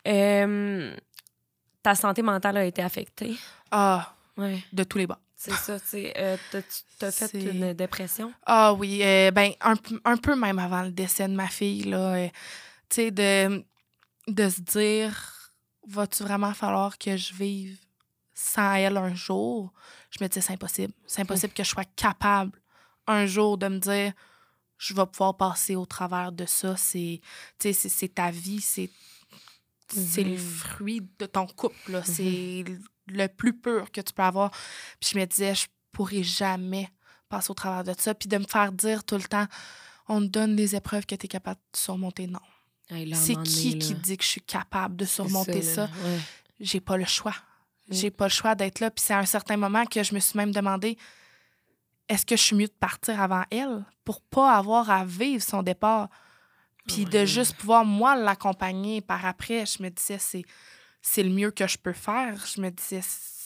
Ta santé mentale a été affectée? Ah, ouais. De tous les bords. C'est ça, tu sais. T'as fait une dépression? Ah oui, ben un peu même avant le décès de ma fille, là. Tu sais, de se dire, va-tu vraiment falloir que je vive sans elle un jour? Je me disais, c'est impossible. C'est impossible que je sois capable un jour de me dire, je vais pouvoir passer au travers de ça. C'est ta vie, c'est le fruit de ton couple, là. C'est le plus pur que tu peux avoir. Puis je me disais, je pourrais jamais passer au travers de ça. Puis de me faire dire tout le temps, on te donne des épreuves que tu es capable de surmonter. Non. Hey, c'est qui dit que je suis capable de surmonter ça? Ouais. J'ai pas le choix. J'ai pas le choix d'être là. Puis c'est à un certain moment que je me suis même demandé, est-ce que je suis mieux de partir avant elle pour pas avoir à vivre son départ? Puis de juste pouvoir, moi, l'accompagner par après. Je me disais, c'est le mieux que je peux faire. Je me disais,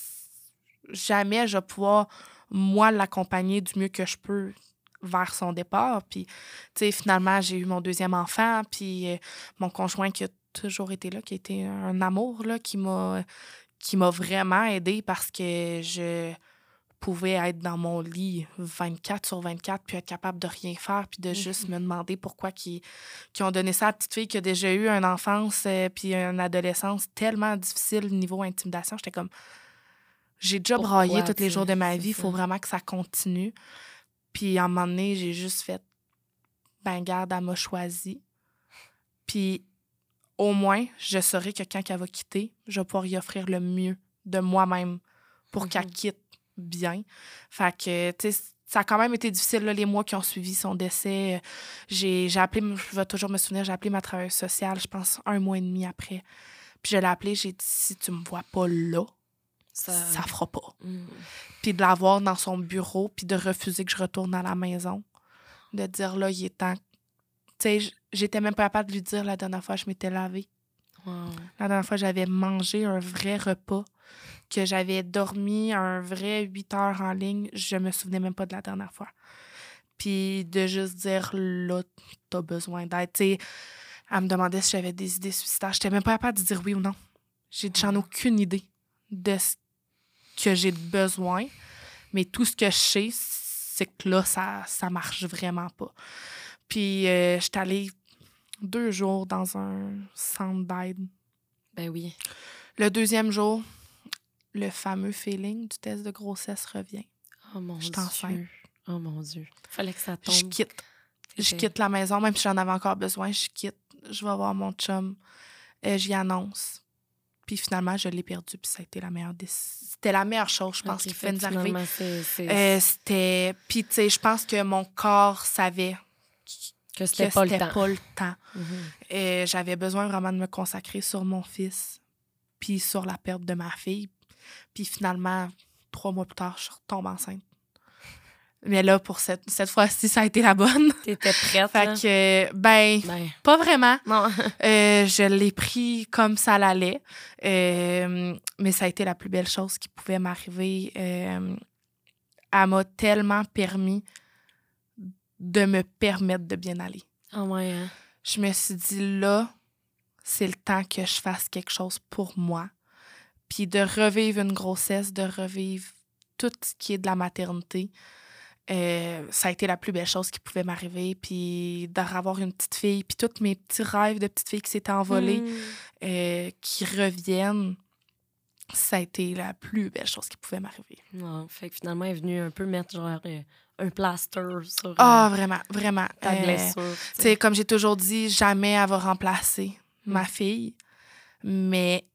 jamais je vais pouvoir, moi, l'accompagner du mieux que je peux vers son départ. Puis, tu sais, finalement, j'ai eu mon deuxième enfant. Puis mon conjoint qui a toujours été là, qui a été un amour, là, qui m'a vraiment aidée parce que je pouvais être dans mon lit 24/24 puis être capable de rien faire puis de juste me demander pourquoi qui ont donné ça à la petite fille qui a déjà eu une enfance puis une adolescence tellement difficile niveau intimidation. J'étais comme, j'ai déjà braillé tous les jours de ma vie, il faut vraiment que ça continue. Puis à un moment donné, j'ai juste fait, ben garde, elle m'a choisi. Puis au moins, je saurai que quand elle va quitter, je vais pouvoir y offrir le mieux de moi-même pour qu'elle quitte bien. Fait que, tu sais, ça a quand même été difficile, là, les mois qui ont suivi son décès. J'ai appelé, je vais toujours me souvenir, j'ai appelé ma travailleuse sociale, je pense 1 mois et demi après. Puis je l'ai appelée, j'ai dit, si tu me vois pas là, ça fera pas. Puis de l'avoir dans son bureau, puis de refuser que je retourne à la maison. De dire, là, il est temps. Tu sais, j'étais même pas capable de lui dire la dernière fois que je m'étais lavée. Wow. La dernière fois, j'avais mangé un vrai repas, que j'avais dormi un vrai 8 heures en ligne. Je me souvenais même pas de la dernière fois. Puis de juste dire, là, t'as besoin d'aide. Tu sais, elle me demandait si j'avais des idées suicidaires. J'étais même pas capable de dire oui ou non. J'en ai aucune idée de ce que j'ai besoin. Mais tout ce que je sais, c'est que là, ça marche vraiment pas. Puis j'étais allée 2 jours dans un centre d'aide. Ben oui. Le 2e jour, le fameux feeling du test de grossesse revient. Oh mon Dieu. Je suis enceinte. Oh mon Dieu. Fallait que ça tombe. Je quitte la maison, même si j'en avais encore besoin. Je quitte. Je vais voir mon chum. J'y annonce. Puis finalement, je l'ai perdu. Puis ça a été la meilleure C'était la meilleure chose, je pense, qui pouvait nous arriver. C'était... Puis, tu sais, je pense que mon corps savait que c'était pas le temps. J'avais besoin vraiment de me consacrer sur mon fils, puis sur la perte de ma fille. Puis finalement, 3 mois plus tard, je retombe enceinte. Mais là, pour cette fois-ci, ça a été la bonne. T'étais prête, fait que, ben, pas vraiment. Non. Je l'ai pris comme ça l'allait. Mais ça a été la plus belle chose qui pouvait m'arriver. Elle m'a tellement permis de me permettre de bien aller. Ah ouais, hein? Je me suis dit, là, c'est le temps que je fasse quelque chose pour moi. Puis de revivre une grossesse, de revivre tout ce qui est de la maternité. Ça a été la plus belle chose qui pouvait m'arriver. Puis d'avoir une petite fille, puis tous mes petits rêves de petite fille qui s'étaient envolés, qui reviennent, ça a été la plus belle chose qui pouvait m'arriver. Non, fait que finalement, elle est venue un peu mettre genre un plaster sur vraiment. Ta blessure. Tu sais, comme j'ai toujours dit, jamais elle va remplacer ma fille, mais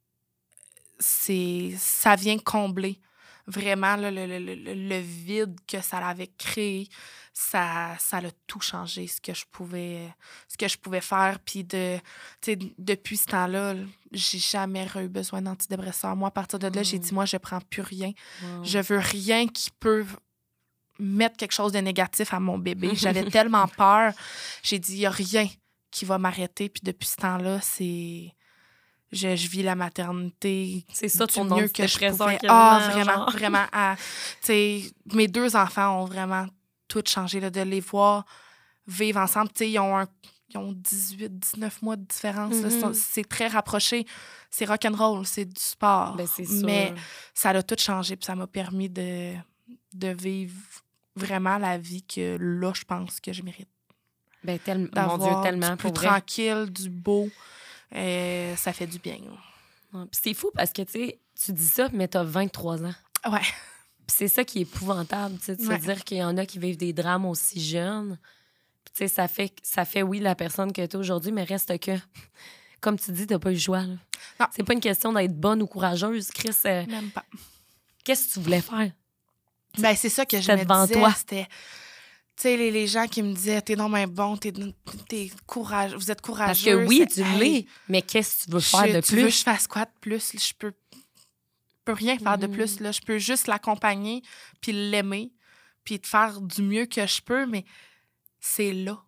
ça vient combler vraiment là, le vide que ça avait créé. Ça a tout changé, ce que je pouvais faire. Puis depuis ce temps-là, j'ai jamais eu besoin d'antidépresseurs. Moi, à partir de là, j'ai dit, moi, je prends plus rien. Wow. Je veux rien qui peut mettre quelque chose de négatif à mon bébé. J'avais tellement peur. J'ai dit, il n'y a rien qui va m'arrêter. Puis depuis ce temps-là, c'est... Je vis la maternité c'est ça, du ton mieux que je pouvais. Vraiment, genre. vraiment. Mes 2 enfants ont vraiment tout changé, là, de les voir vivre ensemble. Ils ont 18-19 mois de différence. Là. C'est très rapproché. C'est rock'n'roll, c'est du sport. Ben, c'est sûr. Mais ça a tout changé, puis ça m'a permis de vivre vraiment la vie que là, je pense que je mérite. Ben, mon Dieu, tellement. Du plus tranquille, du beau. Ça fait du bien. Ouais, puis c'est fou parce que, tu dis ça, mais t'as 23 ans. Ouais. Puis c'est ça qui est épouvantable, tu sais, de se dire qu'il y en a qui vivent des drames aussi jeunes. Puis, tu sais, ça fait, oui, la personne que t'es aujourd'hui, mais reste que, comme tu dis, t'as pas eu le choix. Là. Non. C'est pas une question d'être bonne ou courageuse, Chris. Même pas. Qu'est-ce que tu voulais faire? Ben, c'est ça que je me devant disais. toi. C'était... Tu sais, les gens qui me disaient, t'es non mais bon, t'es courageux, vous êtes courageux. Parce que oui, tu l'es, mais qu'est-ce que tu veux faire de plus? Tu veux que je fasse quoi de plus? Je peux rien faire de plus. Là. Je peux juste l'accompagner, puis l'aimer, puis de faire du mieux que je peux, mais c'est là.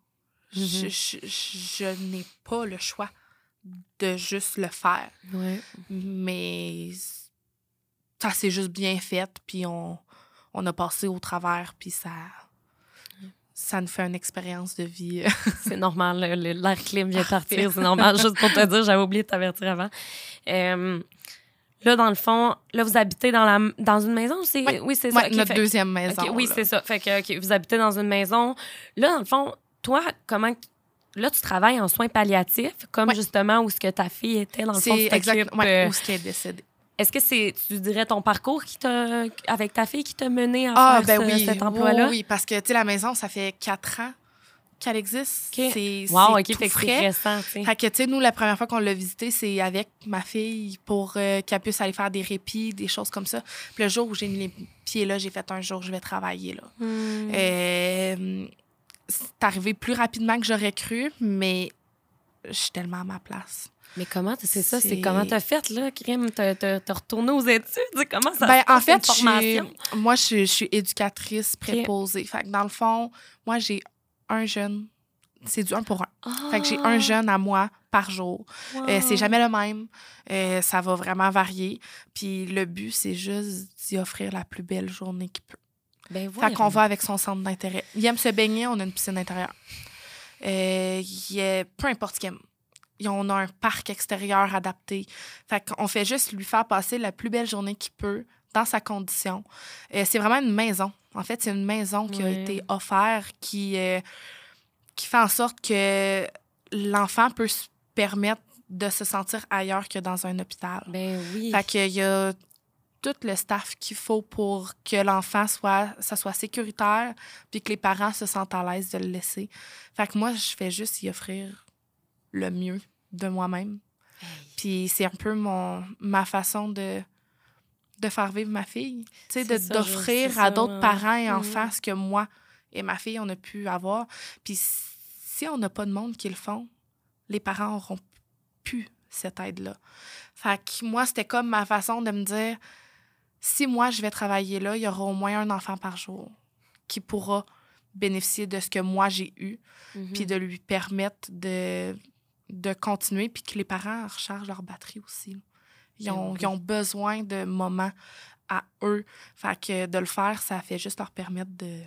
Je n'ai pas le choix de juste le faire. Ouais. Mais ça s'est juste bien fait, puis on a passé au travers, puis ça nous fait une expérience de vie. C'est normal, l'air clim vient de partir, c'est normal. Juste pour te dire, j'avais oublié de t'avertir avant. Là, dans le fond, là, vous habitez dans une maison? Oui, c'est ça. Ouais, notre deuxième maison. Oui, c'est ça. Fait que vous habitez dans une maison. Là, dans le fond, toi, comment... Là, tu travailles en soins palliatifs, comme justement où ce que ta fille était, dans le fond, c'est exactement où ce qu'elle est décédée. Est-ce que c'est, tu dirais, ton parcours avec ta fille qui t'a mené à faire cet emploi-là? Oui, parce que, tu sais, la maison, ça fait 4 ans qu'elle existe. Okay. C'est tout fait frais. C'est récent, t'sais. Fait que, tu sais, nous, la première fois qu'on l'a visité, c'est avec ma fille pour qu'elle puisse aller faire des répits, des choses comme ça. Puis le jour où j'ai mis les pieds là, j'ai fait un jour, je vais travailler là. C'est arrivé plus rapidement que j'aurais cru, mais je suis tellement à ma place. Mais comment, c'est ça, c'est comment t'as fait, là, Crime? T'as retourné aux études? Comment ça en fait, moi, je suis éducatrice préposée. Fait que dans le fond, moi, j'ai un jeune. C'est du 1 pour 1. Fait que j'ai un jeune à moi par jour. Wow. C'est jamais le même. Ça va vraiment varier. Puis le but, c'est juste d'y offrir la plus belle journée qu'il peut. Ben fait qu'on va avec son centre d'intérêt. Il aime se baigner, on a une piscine intérieure. Peu importe ce qu'il aime. On a un parc extérieur adapté. Fait qu'on fait juste lui faire passer la plus belle journée qu'il peut dans sa condition. C'est vraiment une maison. En fait, c'est une maison qui a été offerte qui fait en sorte que l'enfant peut se permettre de se sentir ailleurs que dans un hôpital. Ben oui. Fait qu'il y a tout le staff qu'il faut pour que l'enfant soit sécuritaire puis que les parents se sentent à l'aise de le laisser. Fait que moi, je fais juste y offrir le mieux de moi-même. Hey. Puis c'est un peu ma façon de faire vivre ma fille. Tu sais, d'offrir à d'autres parents et enfants ce que moi et ma fille, on a pu avoir. Puis si on n'a pas de monde qui le font, les parents n'auront plus cette aide-là. Fait que moi, c'était comme ma façon de me dire, si moi, je vais travailler là, il y aura au moins un enfant par jour qui pourra bénéficier de ce que moi, j'ai eu, puis de lui permettre de continuer, puis que les parents rechargent leur batterie aussi. Ils ont besoin de moments à eux. Fait que de le faire, ça fait juste leur permettre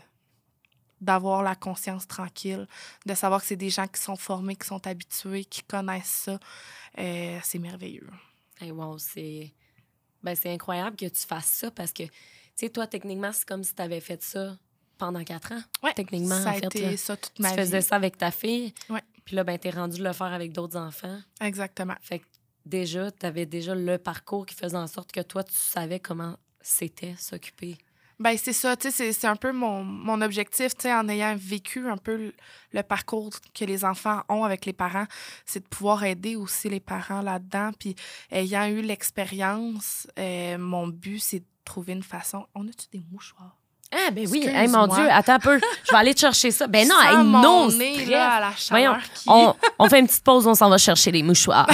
d'avoir la conscience tranquille, de savoir que c'est des gens qui sont formés, qui sont habitués, qui connaissent ça. C'est merveilleux. Hey, wow, c'est incroyable que tu fasses ça parce que, tu sais, toi, techniquement, c'est comme si tu avais fait ça pendant 4 ans. Oui, techniquement, ça a été ça toute ma vie. Tu faisais ça avec ta fille. Oui. Puis là, ben, t'es rendu le faire avec d'autres enfants. Exactement. Fait que déjà, t'avais déjà le parcours qui faisait en sorte que toi, tu savais comment c'était s'occuper. Ben c'est ça, tu sais, c'est un peu mon objectif, tu sais, en ayant vécu un peu le parcours que les enfants ont avec les parents, c'est de pouvoir aider aussi les parents là-dedans. Puis ayant eu l'expérience, mon but, c'est de trouver une façon... On a-tu des mouchoirs? Ah, ben oui. Hey, mon Dieu, attends un peu. Je vais aller te chercher ça. Ben non, hey, non, stress. Là, à la voyons, on fait une petite pause, on s'en va chercher les mouchoirs.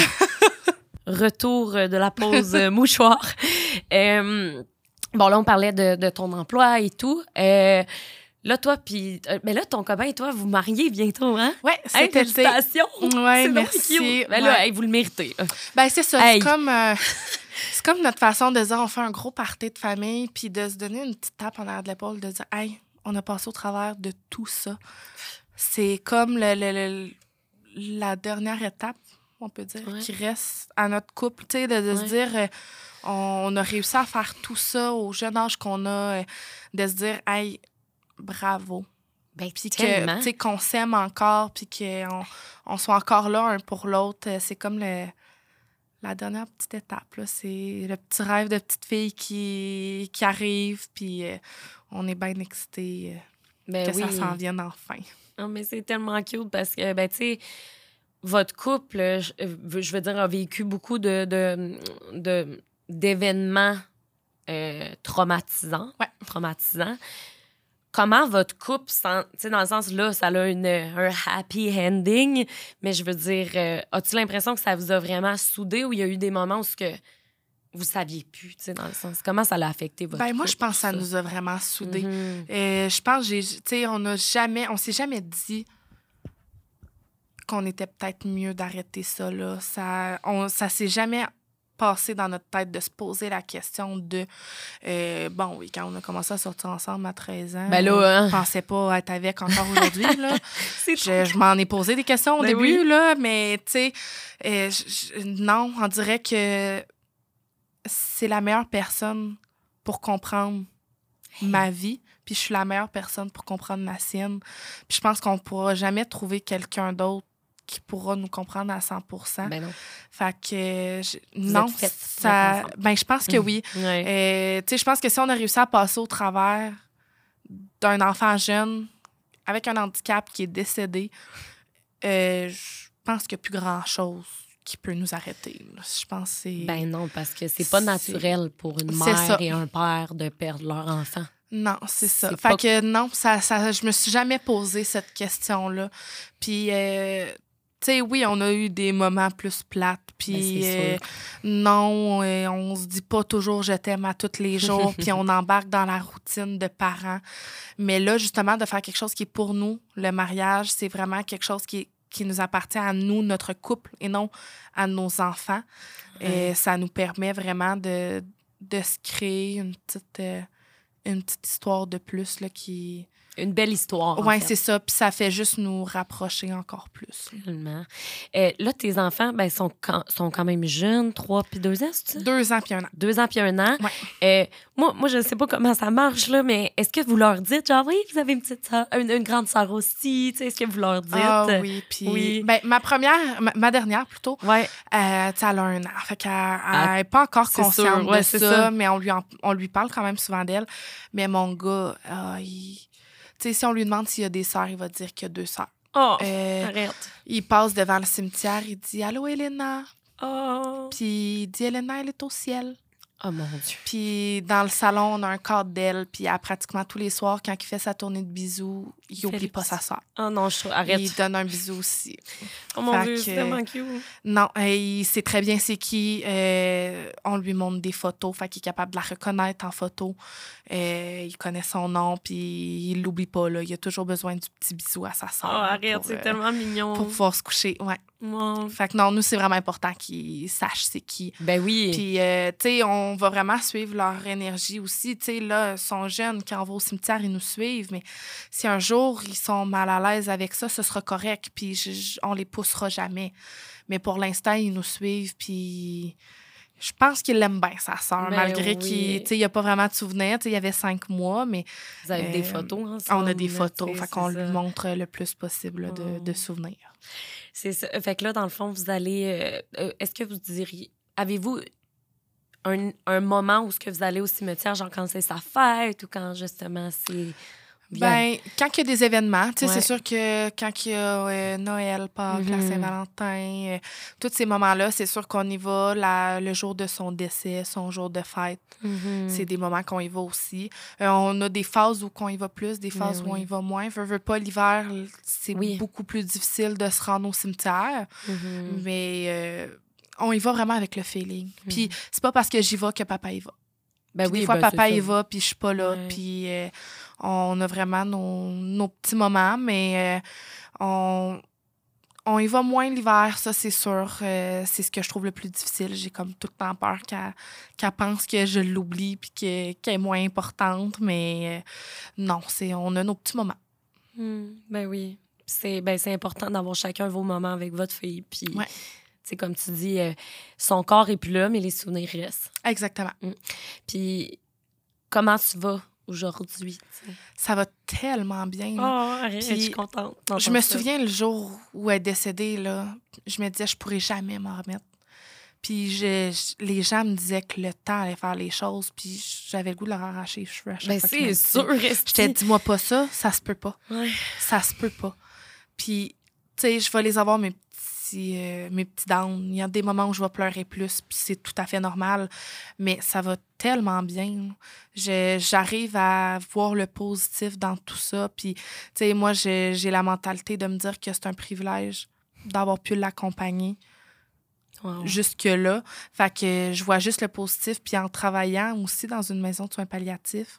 Retour de la pause mouchoir. Bon, là, on parlait de ton emploi et tout. Là, toi, puis... mais là, ton copain et toi, vous mariez bientôt, hein? Oui, Hey, c'était... félicitations! Oui, C'est merci. donc cute. Ben là, hey, vous le méritez. Ben, c'est ça. Hey. C'est comme notre façon de dire, on fait un gros party de famille, puis de se donner une petite tape en arrière de l'épaule, de dire, hey, on a passé au travers de tout ça. C'est comme la dernière étape, on peut dire, qui reste à notre couple, tu sais, de se dire, on a réussi à faire tout ça au jeune âge qu'on a, de se dire, hey, bravo. Ben, Puis tellement. que, qu'on s'aime encore, puis qu'on soit encore là un pour l'autre. C'est comme la dernière petite étape, là. C'est le petit rêve de petite fille qui arrive, puis on est bien excités que ça s'en vienne enfin. Oh, mais c'est tellement cute parce que, ben, tu sais, votre couple, je veux dire, a vécu beaucoup d'événements traumatisants. Ouais. Traumatisants. Comment votre couple, tu sais, dans le sens, là, ça a un happy ending, mais je veux dire, as-tu l'impression que ça vous a vraiment soudé ou il y a eu des moments où vous saviez plus, tu sais, dans le sens, comment ça l'a affecté votre couple? Moi, je pense que ça nous a vraiment soudés. Mm-hmm. Je pense, tu sais, on s'est jamais dit qu'on était peut-être mieux d'arrêter ça, là. Ça s'est jamais passé dans notre tête de se poser la question de... bon, oui, quand on a commencé à sortir ensemble à 13 ans, ben là, je pensais pas être avec encore aujourd'hui, là. Je m'en ai posé des questions au ben début, oui. là, mais, tu sais, non, on dirait que c'est la meilleure personne pour comprendre ma vie, puis je suis la meilleure personne pour comprendre la sienne. Puis je pense qu'on pourra jamais trouver quelqu'un d'autre qui pourra nous comprendre à 100%. Ben non. Fait que, non, je pense que oui. Ouais. Tu sais, je pense que si on a réussi à passer au travers d'un enfant jeune avec un handicap qui est décédé, je pense qu'il n'y a plus grand-chose qui peut nous arrêter. Je pense que c'est... Ben non, parce que c'est pas naturel pour une mère et un père de perdre leur enfant. Non, c'est ça. Fait que non, je me suis jamais posé cette question-là. Puis, tu sais, oui, on a eu des moments plus plates. Puis, non, on se dit pas toujours « je t'aime » à tous les jours. Puis, on embarque dans la routine de parents. Mais là, justement, de faire quelque chose qui est pour nous, le mariage, c'est vraiment quelque chose qui nous appartient à nous, notre couple, et non à nos enfants. Et ça nous permet vraiment de se créer une petite histoire de plus, là, qui... Une belle histoire. Oui, c'est ça. Puis ça fait juste nous rapprocher encore plus. Tellement. Là, tes enfants, ben, sont quand même jeunes, 3 puis 2 ans, c'est ça? 2 ans puis 1 an. 2 ans puis 1 an. Ouais. Moi, je ne sais pas comment ça marche, là, mais est-ce que vous leur dites, genre, oui, vous avez une petite sœur, une grande sœur aussi, tu sais, est-ce que vous leur dites? Ah oui, puis... Ben, ma dernière, plutôt, ouais. tu sais, elle a 1 an. Fait qu'elle n'est pas encore consciente de ça, mais on lui parle quand même souvent d'elle. Mais mon gars, tu sais, si on lui demande s'il y a des sœurs, il va dire qu'il y a 2 sœurs. Oh, arrête. Il passe devant le cimetière, il dit « Allô, Elena? » Oh. Puis il dit « Elena, elle est au ciel. » Oh mon Dieu. Puis dans le salon, on a un cadre d'elle. Puis pratiquement tous les soirs, quand il fait sa tournée de bisous, il n'oublie pas sa soeur. Oh non, arrête. Il donne un bisou aussi. Oh mon Dieu, c'est tellement cute. Non, il sait très bien c'est qui. On lui montre des photos, fait qu'il est capable de la reconnaître en photo. Il connaît son nom, puis il l'oublie pas, là. Il a toujours besoin du petit bisou à sa soeur. Oh, arrête, c'est tellement mignon. Pour pouvoir se coucher, ouais. Wow. Fait que non, nous, c'est vraiment important qu'ils sachent c'est qui. Ben oui. Puis, tu sais, on va vraiment suivre leur énergie aussi. Tu sais, là, ils sont jeunes, quand on va au cimetière, ils nous suivent. Mais si un jour, ils sont mal à l'aise avec ça, ce sera correct. Puis, on les poussera jamais. Mais pour l'instant, ils nous suivent. Puis, je pense qu'il l'aime bien, sa sœur, malgré qu'il n'y a pas vraiment de souvenirs. Tu sais, il y avait 5 mois, mais... Vous avez des photos ensemble? On a des photos. Fait qu'on lui montre le plus possible là, de souvenirs. C'est ça. Fait que là, dans le fond, vous allez... est-ce que vous diriez... Avez-vous un moment où ce que vous allez au cimetière, genre quand c'est sa fête ou quand, justement, c'est... Ben, quand il y a des événements, tu sais, c'est sûr que quand il y a Noël, Pâques, la Saint-Valentin, tous ces moments-là, c'est sûr qu'on y va le jour de son décès, son jour de fête. C'est des moments qu'on y va aussi. On a des phases où on y va plus, des phases où on y va moins. Veux pas, l'hiver, c'est beaucoup plus difficile de se rendre au cimetière. Mais on y va vraiment avec le feeling. Puis c'est pas parce que j'y vais que papa y va. Ben des fois, papa y va, puis je suis pas là. Puis On a vraiment nos petits moments, mais on y va moins l'hiver, ça, c'est sûr. C'est ce que je trouve le plus difficile. J'ai comme tout le temps peur qu'elle pense que je l'oublie puis qu'elle est moins importante. Mais non, on a nos petits moments. Ben oui. C'est important d'avoir chacun vos moments avec votre fille. Puis, comme tu dis, son corps est plus là, mais les souvenirs restent. Exactement. Puis, comment tu vas aujourd'hui? T'sais? Ça va tellement bien. Je suis contente. Je me souviens le jour où elle est décédée, là, je me disais, je pourrais jamais m'en remettre. Puis les gens me disaient que le temps allait faire les choses, puis j'avais le goût de leur arracher les cheveux à chaque fois. C'est sûr. J'étais dis-moi pas ça se peut pas. Ouais. Ça se peut pas. Puis, tu sais, je vais les avoir, mes petits downs. Il y a des moments où je vais pleurer plus, puis c'est tout à fait normal. Mais ça va tellement bien. J'arrive à voir le positif dans tout ça. Puis, tu sais, moi, j'ai la mentalité de me dire que c'est un privilège d'avoir pu l'accompagner. Wow. Jusque-là. Fait que je vois juste le positif. Puis en travaillant aussi dans une maison de soins palliatifs,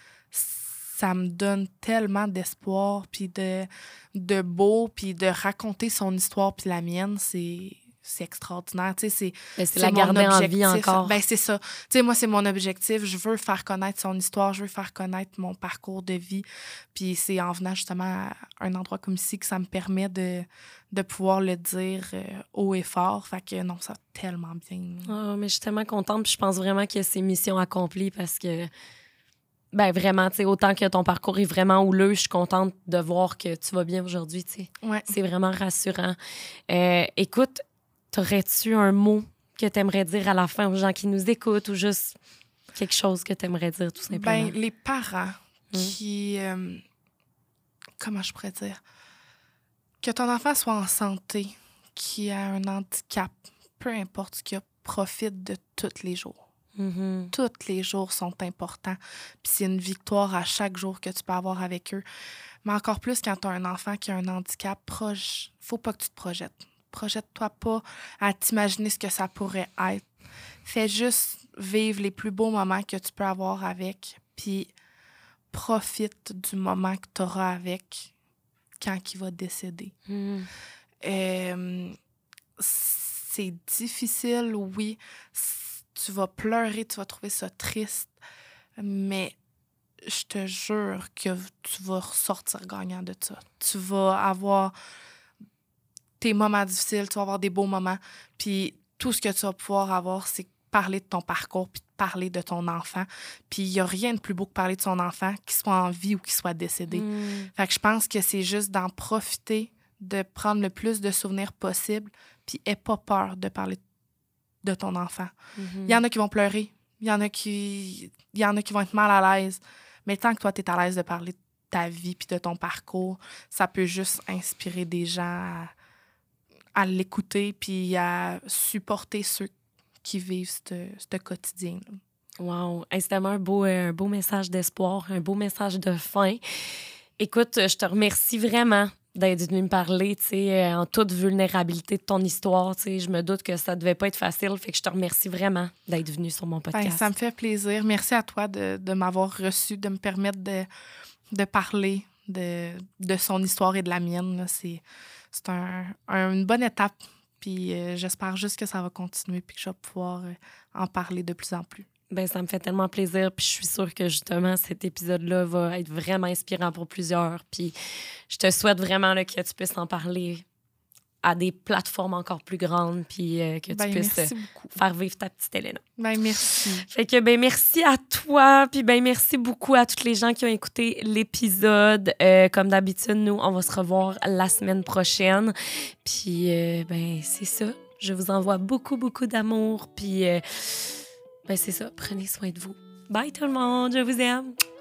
ça me donne tellement d'espoir, puis de beau, puis de raconter son histoire, puis la mienne, c'est extraordinaire. C'est la garder en vie encore. C'est ça. Moi, c'est mon objectif. Je veux faire connaître son histoire, je veux faire connaître mon parcours de vie. Puis c'est en venant justement à un endroit comme ici que ça me permet de pouvoir le dire haut et fort. Fait que non, ça va tellement bien. Oh, mais je suis tellement contente, puis je pense vraiment que c'est mission accomplie parce que vraiment, tu sais, autant que ton parcours est vraiment houleux, je suis contente de voir que tu vas bien aujourd'hui, tu sais. Ouais. C'est vraiment rassurant. Écoute, t'aurais-tu un mot que t'aimerais dire à la fin aux gens qui nous écoutent ou juste quelque chose que t'aimerais dire, tout simplement? Les parents qui... comment je pourrais dire? Que ton enfant soit en santé, qui a un handicap, peu importe ce qu'il y a, profite de tous les jours. Tous les jours sont importants. Puis c'est une victoire à chaque jour que tu peux avoir avec eux. Mais encore plus quand tu as un enfant qui a un handicap, faut pas que tu te projettes. Projette-toi pas à t'imaginer ce que ça pourrait être. Fais juste vivre les plus beaux moments que tu peux avoir avec, puis profite du moment que tu auras avec quand il va décéder. C'est difficile, oui. Tu vas pleurer, tu vas trouver ça triste, mais je te jure que tu vas ressortir gagnant de ça. Tu vas avoir tes moments difficiles, tu vas avoir des beaux moments, puis tout ce que tu vas pouvoir avoir, c'est parler de ton parcours, puis parler de ton enfant. Puis il n'y a rien de plus beau que parler de son enfant, qu'il soit en vie ou qu'il soit décédé. Fait que je pense que c'est juste d'en profiter, de prendre le plus de souvenirs possible, puis aie pas peur de parler de ton enfant. Il y en a qui vont pleurer, il y en a qui vont être mal à l'aise, mais tant que toi, tu es à l'aise de parler de ta vie puis de ton parcours, ça peut juste inspirer des gens à l'écouter puis à supporter ceux qui vivent ce quotidien. Wow! C'est tellement un beau message d'espoir, un beau message de fin. Écoute, je te remercie vraiment d'être venu me parler, tu sais, en toute vulnérabilité de ton histoire. Tu sais, je me doute que ça devait pas être facile, fait que je te remercie vraiment d'être venu sur mon podcast. Ça me fait plaisir. Merci à toi de m'avoir reçu, de me permettre de parler de son histoire et de la mienne. Là. C'est une bonne étape, puis j'espère juste que ça va continuer puis que je vais pouvoir en parler de plus en plus. Ça me fait tellement plaisir, puis je suis sûre que justement cet épisode-là va être vraiment inspirant pour plusieurs. Puis je te souhaite vraiment là, que tu puisses en parler à des plateformes encore plus grandes, puis que tu puisses faire vivre ta petite Elena. Merci. Fait que merci à toi, puis merci beaucoup à toutes les gens qui ont écouté l'épisode. Comme d'habitude, nous, on va se revoir la semaine prochaine. Puis c'est ça. Je vous envoie beaucoup, beaucoup d'amour, puis c'est ça, prenez soin de vous. Bye tout le monde, je vous aime.